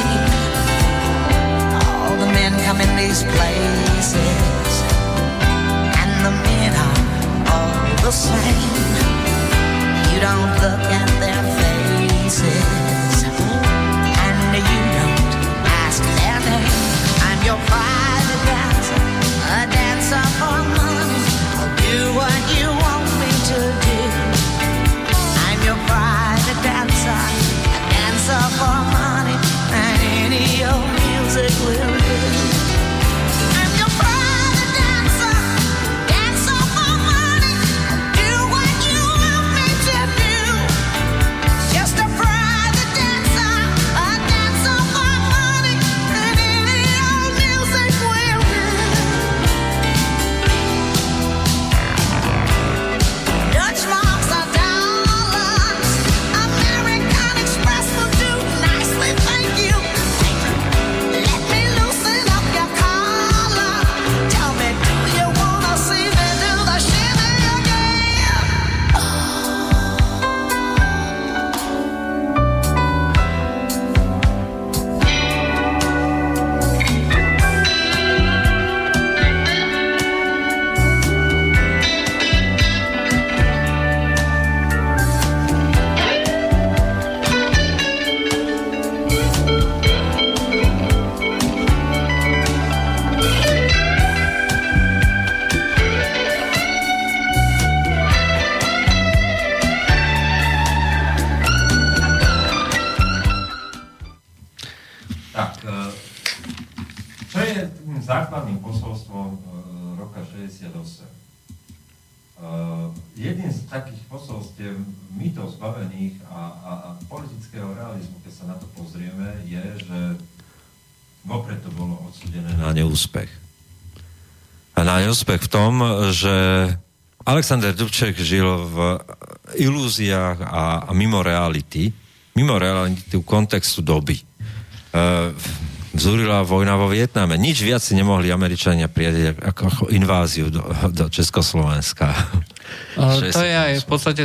All the men come in these places, and the men are all the same. You don't look at their faces, and you don't ask their name. I'm your private dancer, a dancer for money. I'll do what you want me to do. I'm your private dancer, a dancer for money, and any old music will do. I'm your private dancer, dancer for money. I'll do what you want me to do. Just a private dancer, a dancer for money, and any old music will do. Dutch marks are dollars, American Express will do nicely, thank you. Let me loosen up your collar. Tell me, do you wanna see me do the shimmy again? Tak, čo je tým základným posolstvom roka 68? Jedným z takých posolstiev mýtov zbavených a politického realizmu, keď sa na to pozrieme, je, že vopred to bolo odsúdené na neúspech. A na neúspech v tom, že Alexander Dubček žil v ilúziách a mimo reality kontextu doby. Vzúrila vojna vo Vietname. Nič viac si nemohli Američania prijať ako inváziu do Československa. To je aj v podstate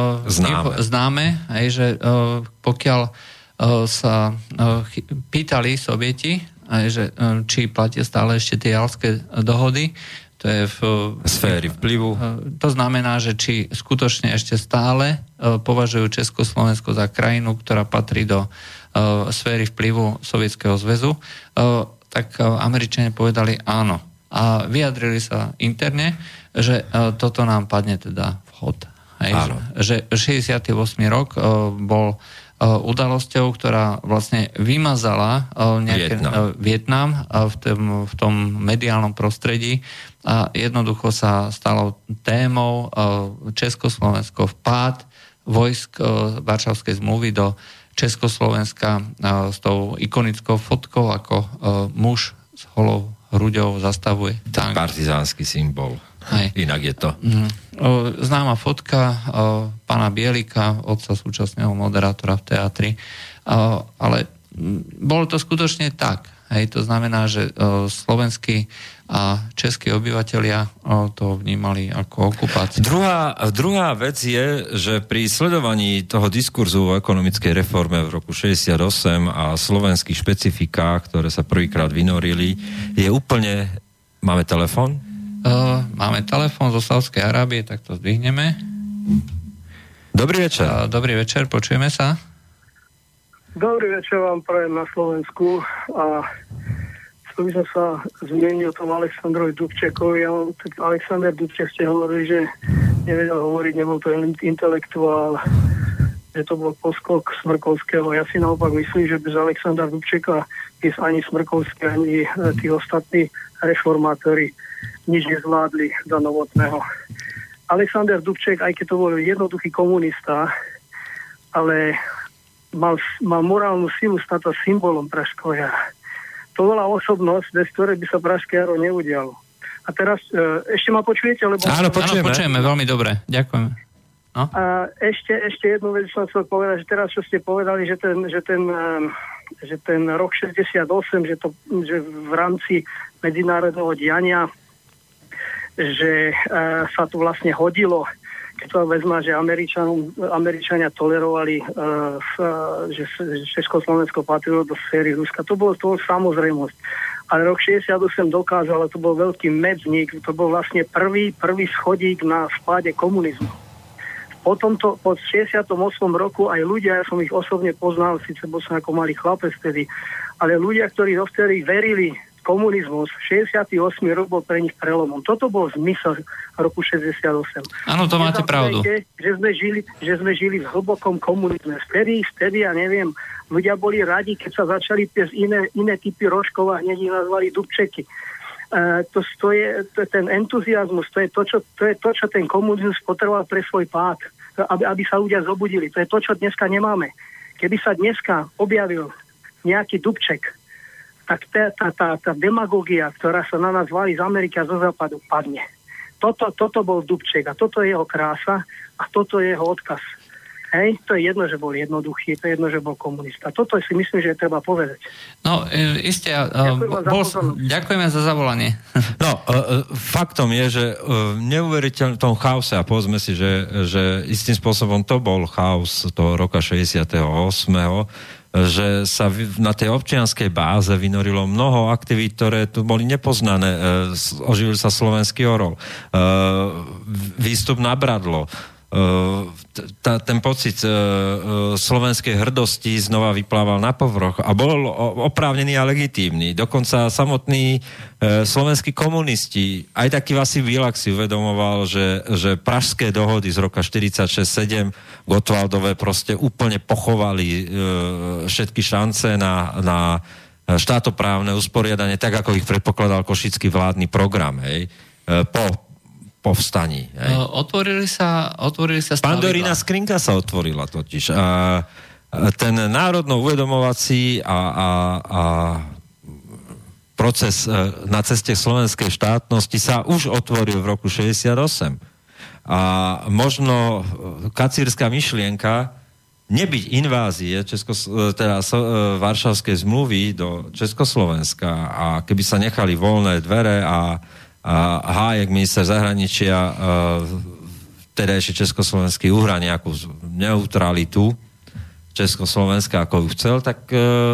známe aj, že pokiaľ sa pýtali Sovieti, aj, že či platia stále ešte tie jalské dohody, to je v sféry vplyvu. To znamená, že či skutočne ešte stále považujú Československo za krajinu, ktorá patrí do sféry vplyvu Sovietskeho zväzu, tak Američania povedali áno. A vyjadrili sa interne, že toto nám padne teda vhod. Že 68. rok bol udalosťou, ktorá vlastne vymazala Vietnam v tom mediálnom prostredí a jednoducho sa stalo témou Československo vpád vojsk Varšavskej zmluvy do Československa s tou ikonickou fotkou, ako muž s holou hruďou zastavuje tank. Partizánsky symbol. Hej. Inak je to. Známa fotka pána Bielika, otca súčasného moderátora v teatri. Ale bolo to skutočne tak. Hej, to znamená, že slovenskí a českí obyvatelia to vnímali ako okupáciu. Druhá vec je, že pri sledovaní toho diskurzu o ekonomickej reforme v roku 68 a slovenských špecifikách, ktoré sa prvýkrát vynorili, je úplne... Máme telefon? Máme telefon zo Saudskej Arábie, tak to zdvihneme. Dobrý večer. Dobrý večer, počujeme sa. Dobrý večer vám prajem na Slovensku a chcel by som sa zmieniť o tom Alexandrovi Dubčekovi. Alexander Dubček ste hovorili, že nevedel hovoriť, nebol to intelektuál, že to bol poskok Smrkovského. Ja si naopak myslím, že bez Alexandra Dubčeka ani Smrkovský, ani tí ostatní reformátori nič nezvládli za Novotného. Alexander Dubček, aj keď to bol jednoduchý komunista, ale mal morálnu silu stať sa symbolom Pražského jara. To bola osobnosť, bez ktorej by sa Pražské jaro neudialo. A teraz, ešte ma počujete? Lebo... Áno, počujeme, veľmi dobre. Ďakujem. No? A ešte jednu vec som chcel povedať, že teraz, čo ste povedali, že ten rok 68, že v rámci medzinárodného diania, že sa tu vlastne hodilo, keď to vezme, že Američania tolerovali, že Československo patrilo do sféry Ruska. To bolo samozrejmosť. Ale rok 68 dokázal, to bol veľký medzník, to bol vlastne prvý schodík na spáde komunizmu. Po 68. roku aj ľudia, ja som ich osobne poznal, síce bol som ako malý chlapec vtedy, ale ľudia, ktorí dovtedy verili komunizmus, 68. rok bol pre nich prelomom. Toto bol zmysel roku 68. Áno, to máte pravdu. Že sme žili v hlbokom komunizme. Vtedy, ja neviem, ľudia boli radi, keď sa začali piesť iné typy rožkov a hneď ich nazvali Dubčeky. To je ten entuziasmus, to je to, čo ten komunizmus potreboval pre svoj pád, aby sa ľudia zobudili. To je to, čo dneska nemáme. Keby sa dneska objavil nejaký Dubček, tak tá demagógia, ktorá sa na nás valí z Ameriky a zo západu, padne. Toto bol Dubček a toto je jeho krása a toto je jeho odkaz. Hej, to je jedno, že bol jednoduchý, to je jedno, že bol komunista. Toto si myslím, že je treba povedať. No, isté. Ďakujeme za zavolanie. No, faktom je, že neuveriteľne v tom chaose, a povedzme si, že istým spôsobom to bol chaos toho roka 68., že sa na tej občianskej báze vynorilo mnoho aktivít, ktoré tu boli nepoznané. Oživil sa Slovenský orol. Výstup na Bradlo. Ten pocit slovenskej hrdosti znova vyplával na povrch a bol oprávnený a legitímny. Dokonca samotní slovenskí komunisti, aj taký Vasil Vilak si uvedomoval, že pražské dohody z roka 46-7 Gottwaldové proste úplne pochovali všetky šance na štátoprávne usporiadanie, tak ako ich predpokladal košický vládny program, hej, po povstaní. Otvorili sa Pandorína skrinka sa otvorila totiž. A ten národno uvedomovací a proces na ceste slovenskej štátnosti sa už otvoril v roku 68. A možno kacírska myšlienka nebyť invázie Varšavskej zmluvy do Československa a keby sa nechali voľné dvere a Hájek, minister zahraničia, teda ešte československý uhra nejakú neutralitu Československa, ako ju chcel, tak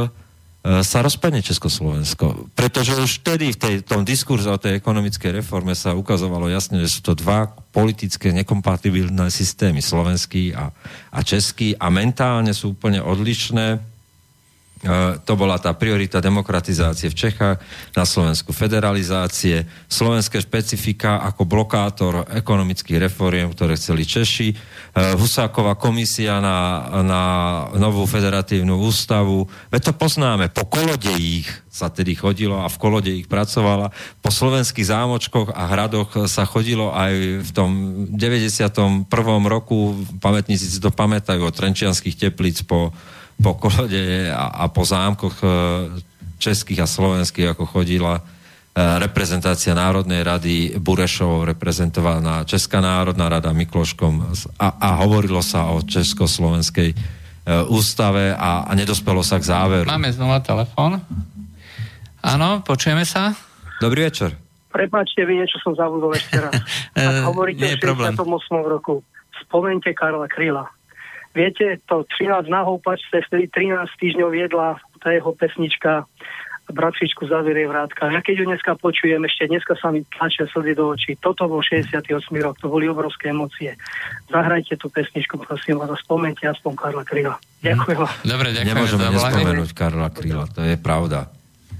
sa rozpadne Československo. Pretože už vtedy v tom diskurze o tej ekonomickej reforme sa ukazovalo jasne, že sú to dva politické nekompatibilné systémy, slovenský a český, a mentálne sú úplne odlišné. To bola tá priorita demokratizácie v Čechách, na Slovensku federalizácie, slovenské špecifika ako blokátor ekonomických reforiem, ktoré chceli Češi, Husáková komisia na novú federatívnu ústavu. Veď to poznáme, po Kolodejích sa tedy chodilo a v Kolodejích pracovala, po slovenských zámočkoch a hradoch sa chodilo aj v tom 91. roku, pamätníci si to pamätajú, od Trenčianskych teplíc po Kolodeje a po zámkoch českých a slovenských, ako chodila reprezentácia Národnej rady Burešovou, reprezentovaná Česká národná rada Mikloškom a hovorilo sa o československej ústave a nedospelo sa k záveru. Máme znova telefón. Áno, počujeme sa. Dobrý večer. Prepáčte, vy niečo som zabudol ešte raz. Ak hovoríte v 68. roku, spomeňte Karla Kryla. Viete, to 13 na houpačce, vtedy 13 týždňov viedla tá jeho pesnička bratvičku zavierie vrátka. Ja keď ju dneska počujem, ešte dneska sa mi tlačia slzy do očí. Toto bol 68. rok, to boli obrovské emócie. Zahrajte tú pesničku, prosím vás, a spomente aspoň Karla Kryla. Ďakujem vám. Dobre, ďakujem. Nemôžeme nespomenúť Karla Kryla, to je pravda.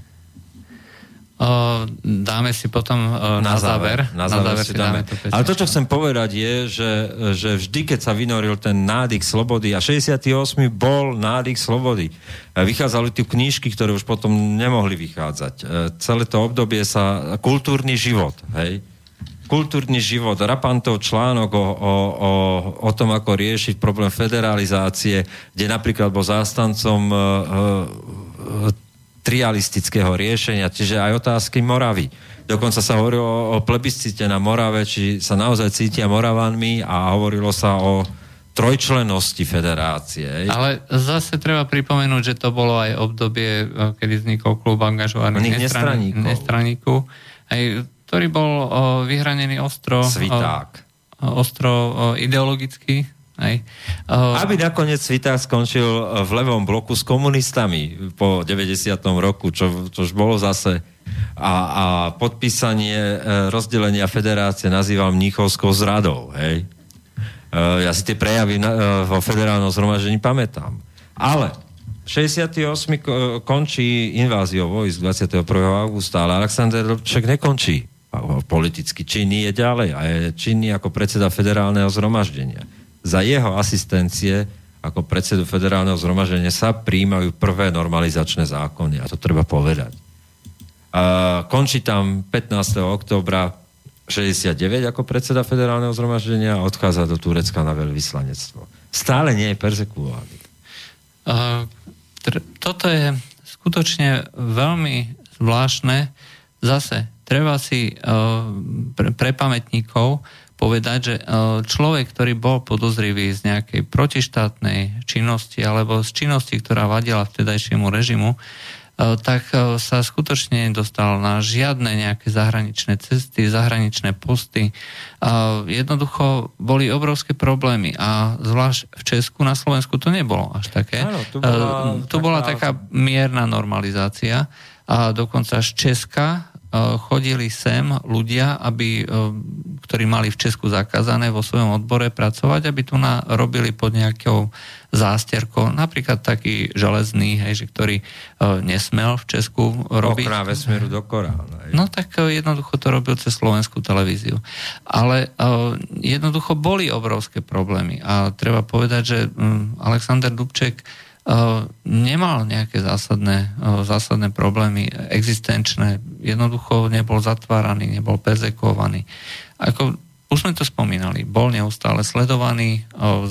Dáme si potom na záver si dáme tú pesničku. Ale to, čo chcem povedať je, že vždy, keď sa vynoril ten nádych slobody, a 68. bol nádych slobody, vychádzali tu knížky, ktoré už potom nemohli vychádzať. Celé to obdobie sa... Kultúrny život, hej? Kultúrny život, Rapantov článok o tom, ako riešiť problém federalizácie, kde napríklad bol zástancom trialistického riešenia, čiže aj otázky Moravy. Dokonca sa hovorilo o plebiscite na Morave, či sa naozaj cítia Moravanmi, a hovorilo sa o trojčlennosti federácie. Ale zase treba pripomenúť, že to bolo aj obdobie, kedy vznikol klub angažovaných nestraníkov, ktorý bol vyhranený ostro ideologicky. Aby nakoniec Sviták skončil v ľavom bloku s komunistami po 90. roku, čo už bolo zase a podpísanie rozdelenia federácie nazýval mníchovskou zradou, hej. Ja si tie prejavy vo federálnom zhromaždení pamätám. Ale 68. končí inváziou vojsk 21. augusta, ale Alexander Dubček nekončí politicky. Činný je ďalej a je činný ako predseda federálneho zhromaždenia. Za jeho asistencie ako predsedu federálneho zhromaždenia sa prijímajú prvé normalizačné zákony. A to treba povedať. Končí tam 15. októbra 69 ako predseda federálneho zhromaždenia a odchádza do Turecka na veľvyslanectvo. Stále nie je perzekuovaný. Toto je skutočne veľmi zvláštne. Zase, treba si pre pamätníkov povedať, že človek, ktorý bol podozrivý z nejakej protištátnej činnosti alebo z činnosti, ktorá vadila vtedajšiemu režimu, tak sa skutočne nedostal na žiadne nejaké zahraničné cesty, zahraničné posty. Jednoducho boli obrovské problémy a zvlášť v Česku, na Slovensku to nebolo až také. Áno, tu bola taká mierna normalizácia a dokonca z Česka chodili sem ľudia, ktorí mali v Česku zakázané vo svojom odbore pracovať, aby tu robili pod nejakou zásterkou. Napríklad taký železný, ktorý nesmel v Česku robiť. Okná vesmíru do Korána. No tak jednoducho to robil cez slovenskú televíziu. Ale jednoducho boli obrovské problémy. A treba povedať, že Alexander Dubček nemal nejaké zásadné problémy existenčné. Jednoducho nebol zatváraný, nebol perzekovaný. Ako už sme to spomínali, bol neustále sledovaný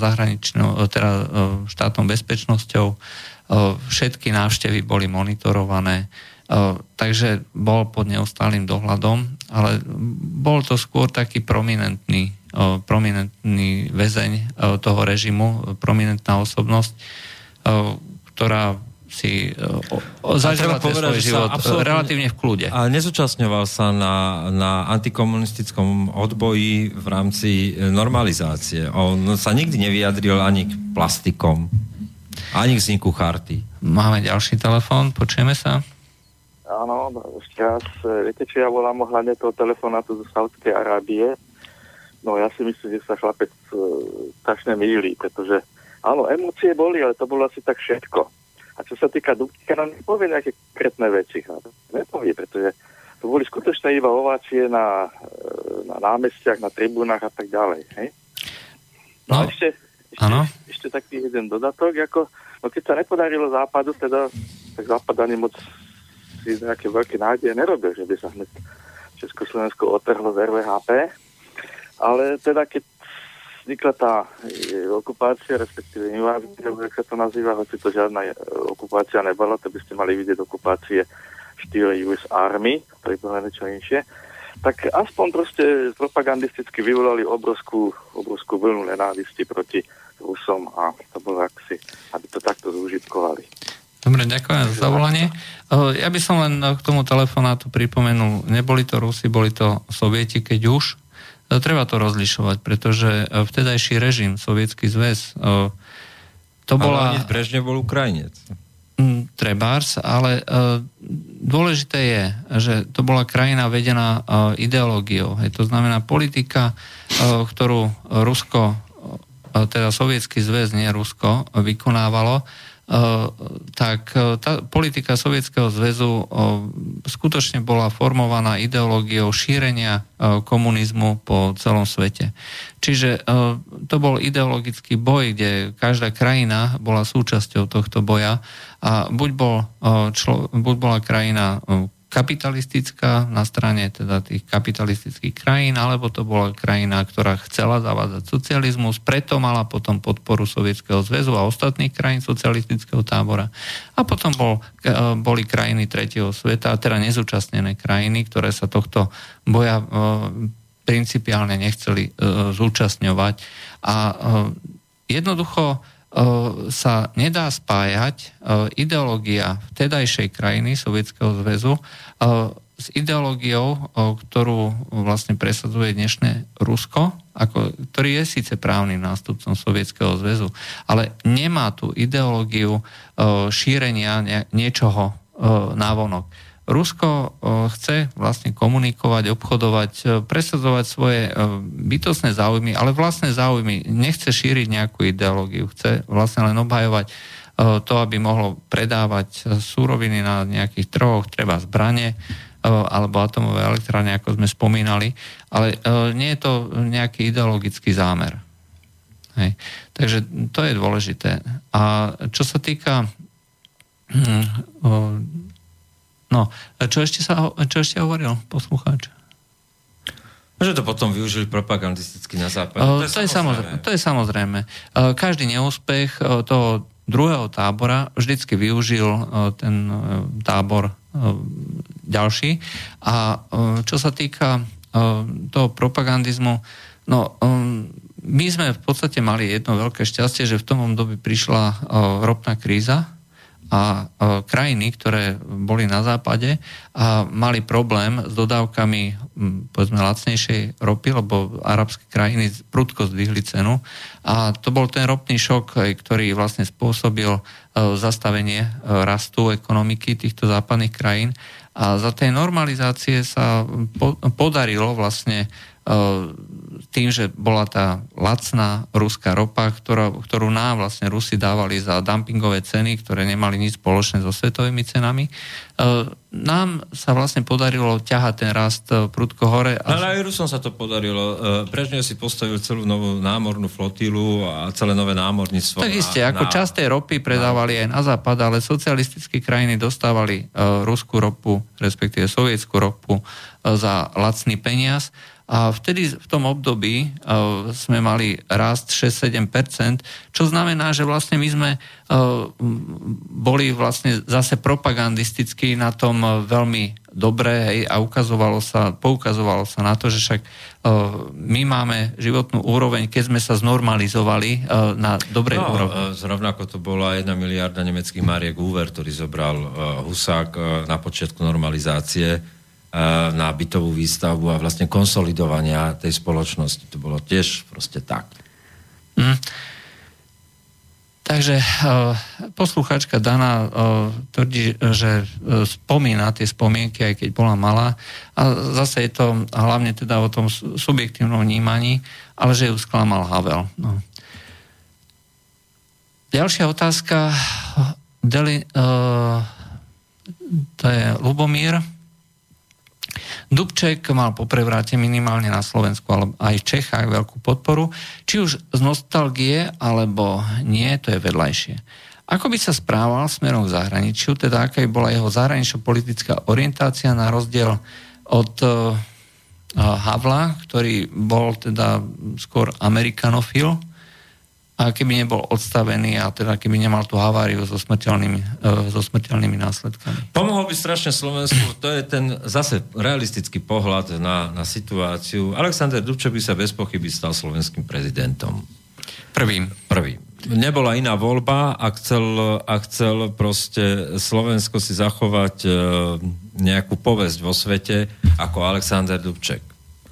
štátnou bezpečnosťou, všetky návštevy boli monitorované, takže bol pod neustálým dohľadom, ale bol to skôr taký prominentný väzeň toho režimu, prominentná osobnosť, ktorá si zažila svoj život relatívne v kľude. Ale nezúčastňoval sa na antikomunistickom odboji v rámci normalizácie. On sa nikdy nevyjadril ani k plastikom, ani k vzniku charty. Máme ďalší telefón, počujeme sa? Áno, ešte raz. Viete, čo ja volám ohľadne toho telefonátu zo Saúdskej Arábie? No ja si myslím, že sa chlapec strašne mýli, pretože áno, emócie boli, ale to bolo asi tak všetko. A čo sa týka Dubčeka, nám nepovie nejaké konkrétne veci. Nepovie, pretože to boli skutočné iba ovácie na námestiach, na tribúnach a tak ďalej. Hej? No a ešte taký jeden dodatok, keď sa nepodarilo Západu, tak Západ ani moc si nejaké veľké nádeje nerobil, že by sa hneď Československo otrhlo z RVHP. Ale teda keď vznikla tá okupácia, respektíve invázia, jak sa to nazýva, hoci to žiadna okupácia nebola, to by ste mali vidieť okupácie štýle US Army, to je to niečo inšie, tak aspoň proste propagandisticky vyvolali obrovskú vlnu nenávisti proti Rusom a to bolo aby to takto zúžitkovali. Dobre, ďakujem za zavolanie. Ja by som len k tomu telefonátu pripomenul, neboli to Rusi, boli to Sovieti, keď už. Treba to rozlišovať, pretože vtedajší režim, Sovietský zväz, to bola... Ale Brežnev bol Ukrajinec. trebárs, ale dôležité je, že to bola krajina vedená ideológiou. To znamená politika, ktorú Rusko, teda Sovietsky zväz, nie Rusko, vykonávalo, tak tá politika Sovietskeho zväzu skutočne bola formovaná ideológiou šírenia komunizmu po celom svete. Čiže to bol ideologický boj, kde každá krajina bola súčasťou tohto boja a buď bola krajina kapitalistická na strane teda tých kapitalistických krajín, alebo to bola krajina, ktorá chcela zavádzať socializmus, preto mala potom podporu Sovietskeho zväzu a ostatných krajín socialistického tábora. A potom boli krajiny tretieho sveta, teda nezúčastnené krajiny, ktoré sa tohto boja principiálne nechceli zúčastňovať. A jednoducho sa nedá spájať ideológia vtedajšej krajiny Sovietskeho zväzu s ideológiou, ktorú vlastne presadzuje dnešné Rusko, ktorý je síce právnym nástupcom Sovietskeho zväzu, ale nemá tú ideológiu šírenia niečoho návonok. Rusko chce vlastne komunikovať, obchodovať, presadzovať svoje bytostné záujmy, ale vlastné záujmy nechce šíriť nejakú ideológiu, chce vlastne len obhajovať to, aby mohlo predávať súroviny na nejakých trhoch, treba zbrane alebo atomové elektrárne, ako sme spomínali, ale nie je to nejaký ideologický zámer. Hej. Takže to je dôležité. A čo sa týka čo ešte hovoril poslucháč? Že to potom využili propagandisticky na západe. To je samozrejme. Každý neúspech toho druhého tábora vždycky využil ten tábor ďalší. A čo sa týka toho propagandizmu, my sme v podstate mali jedno veľké šťastie, že v tom období prišla ropná kríza a krajiny, ktoré boli na západe a mali problém s dodávkami povedzme lacnejšej ropy, lebo arabské krajiny prudko zdvihli cenu a to bol ten ropný šok, ktorý vlastne spôsobil zastavenie rastu ekonomiky týchto západných krajín a za tej normalizácie sa podarilo vlastne tým, že bola tá lacná ruská ropa, ktorú nám vlastne Rusi dávali za dumpingové ceny, ktoré nemali nič spoločné so svetovými cenami, nám sa vlastne podarilo ťahať ten rast prudko hore. Ale aj Rusom sa to podarilo. Brežnev si postavil celú novú námornú flotilu a celé nové námorníctvo. Tak isté, ako časť tej ropy predávali aj na západ, ale socialistické krajiny dostávali ruskú ropu, respektíve sovietskú ropu za lacný peniaz. A vtedy v tom období sme mali rast 6-7%, čo znamená, že vlastne my sme boli vlastne zase propagandisticky na tom veľmi dobré, hej, a poukazovalo sa na to, že však my máme životnú úroveň, keď sme sa znormalizovali na dobrej úrovni. Rovnako to bola 1 miliarda nemeckých mariek úver, ktorý zobral Husák na počiatku normalizácie na bytovú výstavbu a vlastne konsolidovania tej spoločnosti. To bolo tiež proste tak. Takže poslucháčka Dana tvrdí, že spomína tie spomienky, aj keď bola malá. A zase je to hlavne teda o tom subjektívnom vnímaní, ale že ju sklamal Havel. No. Ďalšia otázka. To je Lubomír. Dubček mal po prevráte minimálne na Slovensku, ale aj v Čechách veľkú podporu. Či už z nostalgie, alebo nie, to je vedľajšie. Ako by sa správal smerom k zahraničiu, teda aká by bola jeho zahranično-politická orientácia na rozdiel od Havla, ktorý bol teda skôr amerikanofil, a keby nebol odstavený a teda keby nemal tú haváriu so smrteľnými následkami. Pomohol by strašne Slovensku, to je ten zase realistický pohľad na situáciu. Alexander Dubček by sa bez pochyby stal slovenským prezidentom. Prvým. Nebola iná voľba a chcel proste Slovensko si zachovať nejakú povesť vo svete ako Alexander Dubček.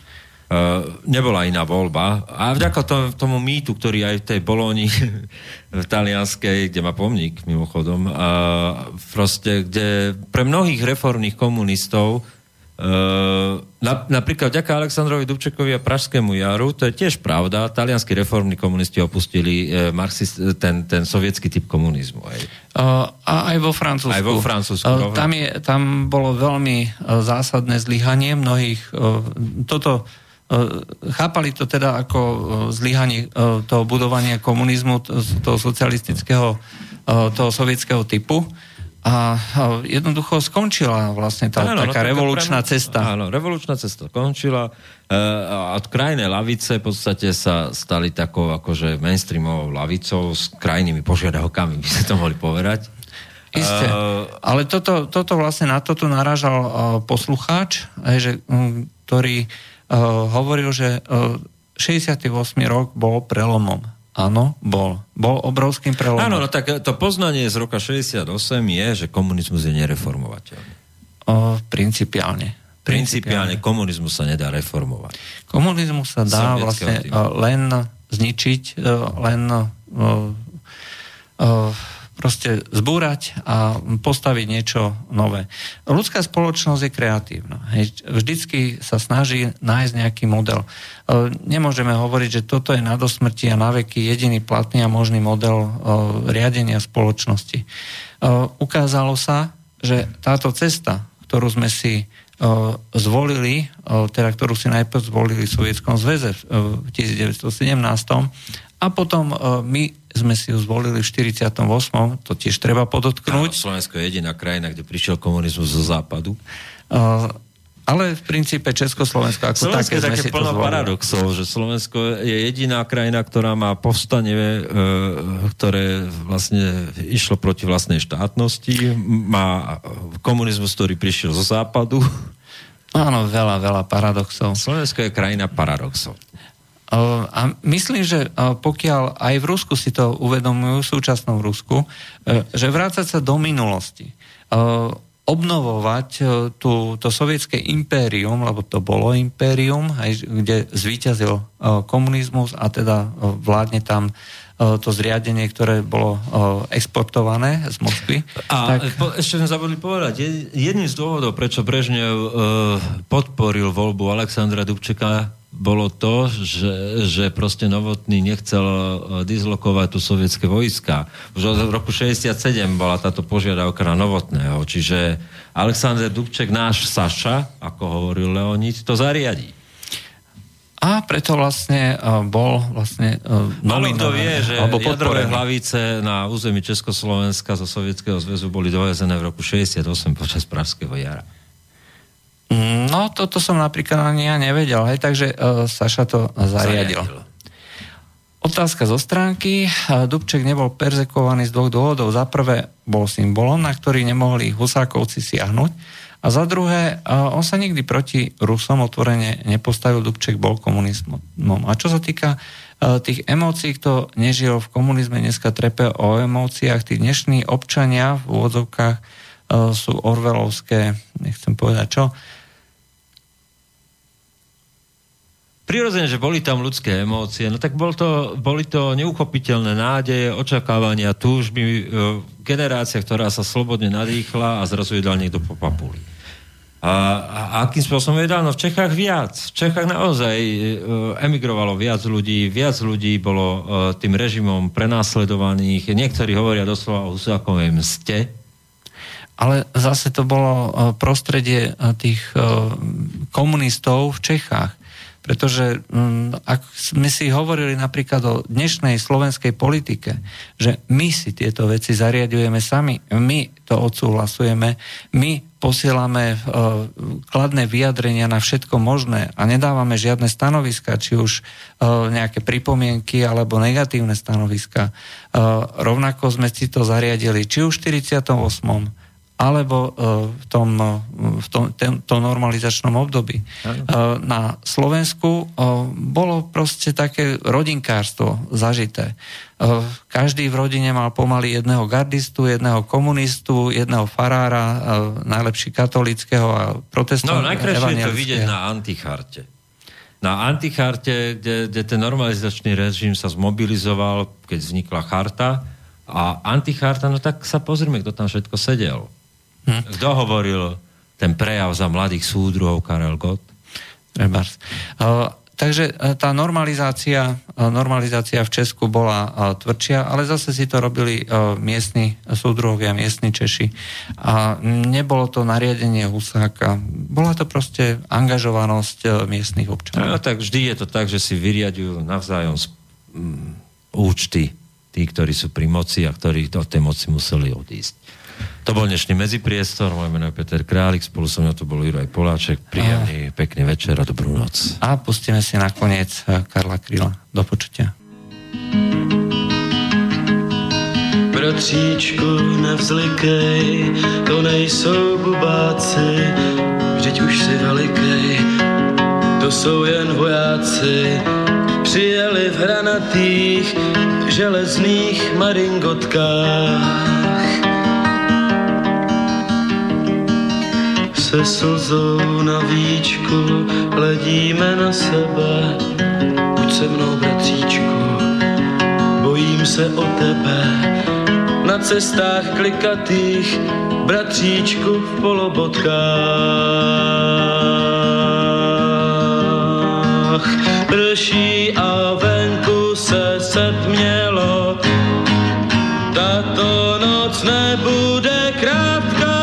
nebola iná voľba. A vďaka tomu mýtu, ktorý aj v tej Bolóni v talianskej, kde má pomník mimochodom, proste, kde pre mnohých reformných komunistov napríklad vďaka Alexandrovi Dubčekovi a Pražskému jaru, to je tiež pravda, talianskí reformní komunisti opustili ten sovietský typ komunizmu. A aj vo Francúzsku. Aj vo Francúzsku. Tam bolo veľmi zásadné zlyhanie mnohých. Chápali to teda ako zlyhanie toho budovania komunizmu, toho socialistického, toho sovietského typu. A jednoducho skončila vlastne taká revolučná cesta. Áno, revolučná cesta skončila. A od krajnej lavice v podstate sa stali takou akože mainstreamovou lavicou s krajnými požiadavkami, by sa to mohli povedať. Isté. Ale toto vlastne na toto narážal poslucháč, ktorý hovoril, že 68. rok bol prelomom. Áno, bol obrovským prelomom. Áno, no tak to poznanie z roka 68 je, že komunizmus je nereformovateľný. Principiálne komunizmus sa nedá reformovať. Komunizmus sa dá vlastne len zničiť, len proste zbúrať a postaviť niečo nové. Ľudská spoločnosť je kreatívna. Vždycky sa snaží nájsť nejaký model. Nemôžeme hovoriť, že toto je na dosmrti a na veky jediný platný a možný model riadenia spoločnosti. Ukázalo sa, že táto cesta, ktorú sme si zvolili, teda ktorú si najprv zvolili v Sovietskom zväze v 1917. A potom my sme si ju zvolili v 48. To tiež treba podotknúť. Slovensko je jediná krajina, kde prišiel komunizmus zo západu. Ale v princípe Československo ako Slovensko také sme si to zvolili. Slovensko je také plno paradoxov, že Slovensko je jediná krajina, ktorá má povstanie, ktoré vlastne išlo proti vlastnej štátnosti, má komunizmus, ktorý prišiel zo západu. Áno, veľa paradoxov. Slovensko je krajina paradoxov. A myslím, že pokiaľ aj v Rusku si to uvedomujú, v súčasnom Rusku, že vrácať sa do minulosti, obnovovať to sovietské impérium, lebo to bolo impérium, kde zvíťazil komunizmus a teda vládne tam to zriadenie, ktoré bolo exportované z Moskvy. A ešte sme zabudli povedať, jedným z dôvodov, prečo Brežnev podporil voľbu Alexandra Dubčeka, bolo to, že proste Novotný nechcel dislokovať tu sovietské vojska. Už od roku 67 bola táto požiadavka na Novotného, čiže Alexander Dubček, náš Saša, ako hovoril Leonid, to zariadí. A preto vlastne bol vlastne Málo kto vie, že jadrové hlavice na území Československa zo Sovietskeho zväzu boli dovezené v roku 68 počas Pražského jara. No, toto som napríklad ani ja nevedel, takže Saša to zariadil. Otázka zo stránky. Dubček nebol perzekovaný z dvoch dôvodov. Za prvé bol symbolom, na ktorý nemohli Husákovci siahnuť. A za druhé, on sa nikdy proti Rusom otvorene nepostavil. Dubček bol komunizmom. A čo sa týka tých emócií, kto nežil v komunizme, dneska trepe o emóciách. Tí dnešní občania v úvodzovkách sú orwellovské, nechcem povedať čo. Prirodzene, že boli tam ľudské emócie, no tak boli to neuchopiteľné nádeje, očakávania, túžby, generácia, ktorá sa slobodne nadýchla a zrazu je dal niekto po papuli. A akým spôsobom je dal? No v Čechách viac. V Čechách naozaj emigrovalo viac ľudí bolo tým režimom prenasledovaných, niektorí hovoria doslova o Husákovej mste. Ale zase to bolo prostredie tých komunistov v Čechách. Pretože ak sme si hovorili napríklad o dnešnej slovenskej politike, že my si tieto veci zariadujeme sami, my to odsúhlasujeme, my posielame kladné vyjadrenia na všetko možné a nedávame žiadne stanoviska, či už nejaké pripomienky alebo negatívne stanoviska. Rovnako sme si to zariadili či už v 48. alebo v tom normalizačnom období. Na Slovensku bolo proste také rodinkárstvo zažité. Každý v rodine mal pomaly jedného gardistu, jedného komunistu, jedného farára, najlepší katolického a protestantského. No, najkrajšie je to vidieť na Anticharte. na anticharte, kde ten normalizačný režim sa zmobilizoval, keď vznikla charta a anticharta, no tak sa pozrime, kto tam všetko sedel. Kto hovoril ten prejav za mladých súdruhov Karel Gott? Trebárs. Takže tá normalizácia v Česku bola tvrdšia, ale zase si to robili miestni súdruhovia, miestni Češi. A nebolo to nariadenie Husáka. Bola to proste angažovanosť miestnych občanov. No tak vždy je to tak, že si vyriaďujú navzájom účty tí, ktorí sú pri moci a ktorí od tej moci museli odísť. To bol dnešný medzipriestor, moje meno je Peter Králik, spolu so mnou to bol Juraj Poláček. Príjemný, pekný večer a dobrú noc. A pustíme si nakoniec Karla Kryla. Do počutia. Bratříčku, nevzlikej, to nejsou bubáci, vždyť už si velikej, to jsou jen vojáci, přijeli v hranatých železných maringotkách. Se slzou na víčku hledíme na sebe, buď se mnou, bratříčku, bojím se o tebe. Na cestách klikatých, bratříčku v polobotkách. Prší a venku se setmělo, tato noc nebude krátká.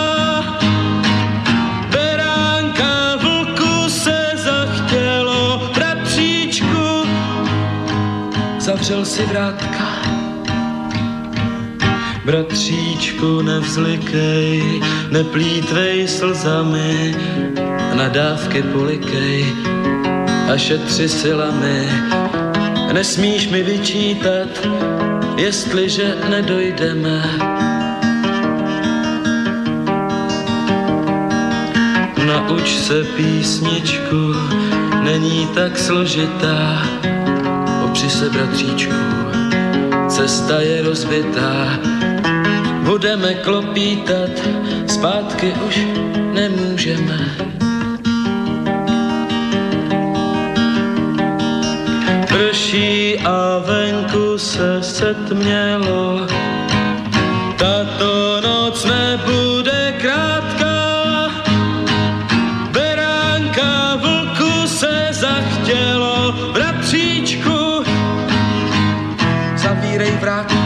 Beránka vlku se zachtělo, bratříčku, zavřel si vrátka. Bratříčku, nevzlikej, neplýtvej slzami, nadávky polikej a šetři silami. Nesmíš mi vyčítat, jestliže nedojdeme. Nauč se písničku, není tak složitá, opři se, bratříčku, cesta je rozbitá. Budeme klopítat, zpátky už nemůžeme. Prší a venku se setmělo, tato noc nebude krátká. Beránka vlku se zachtělo, bratříčku, zavírej vrátka.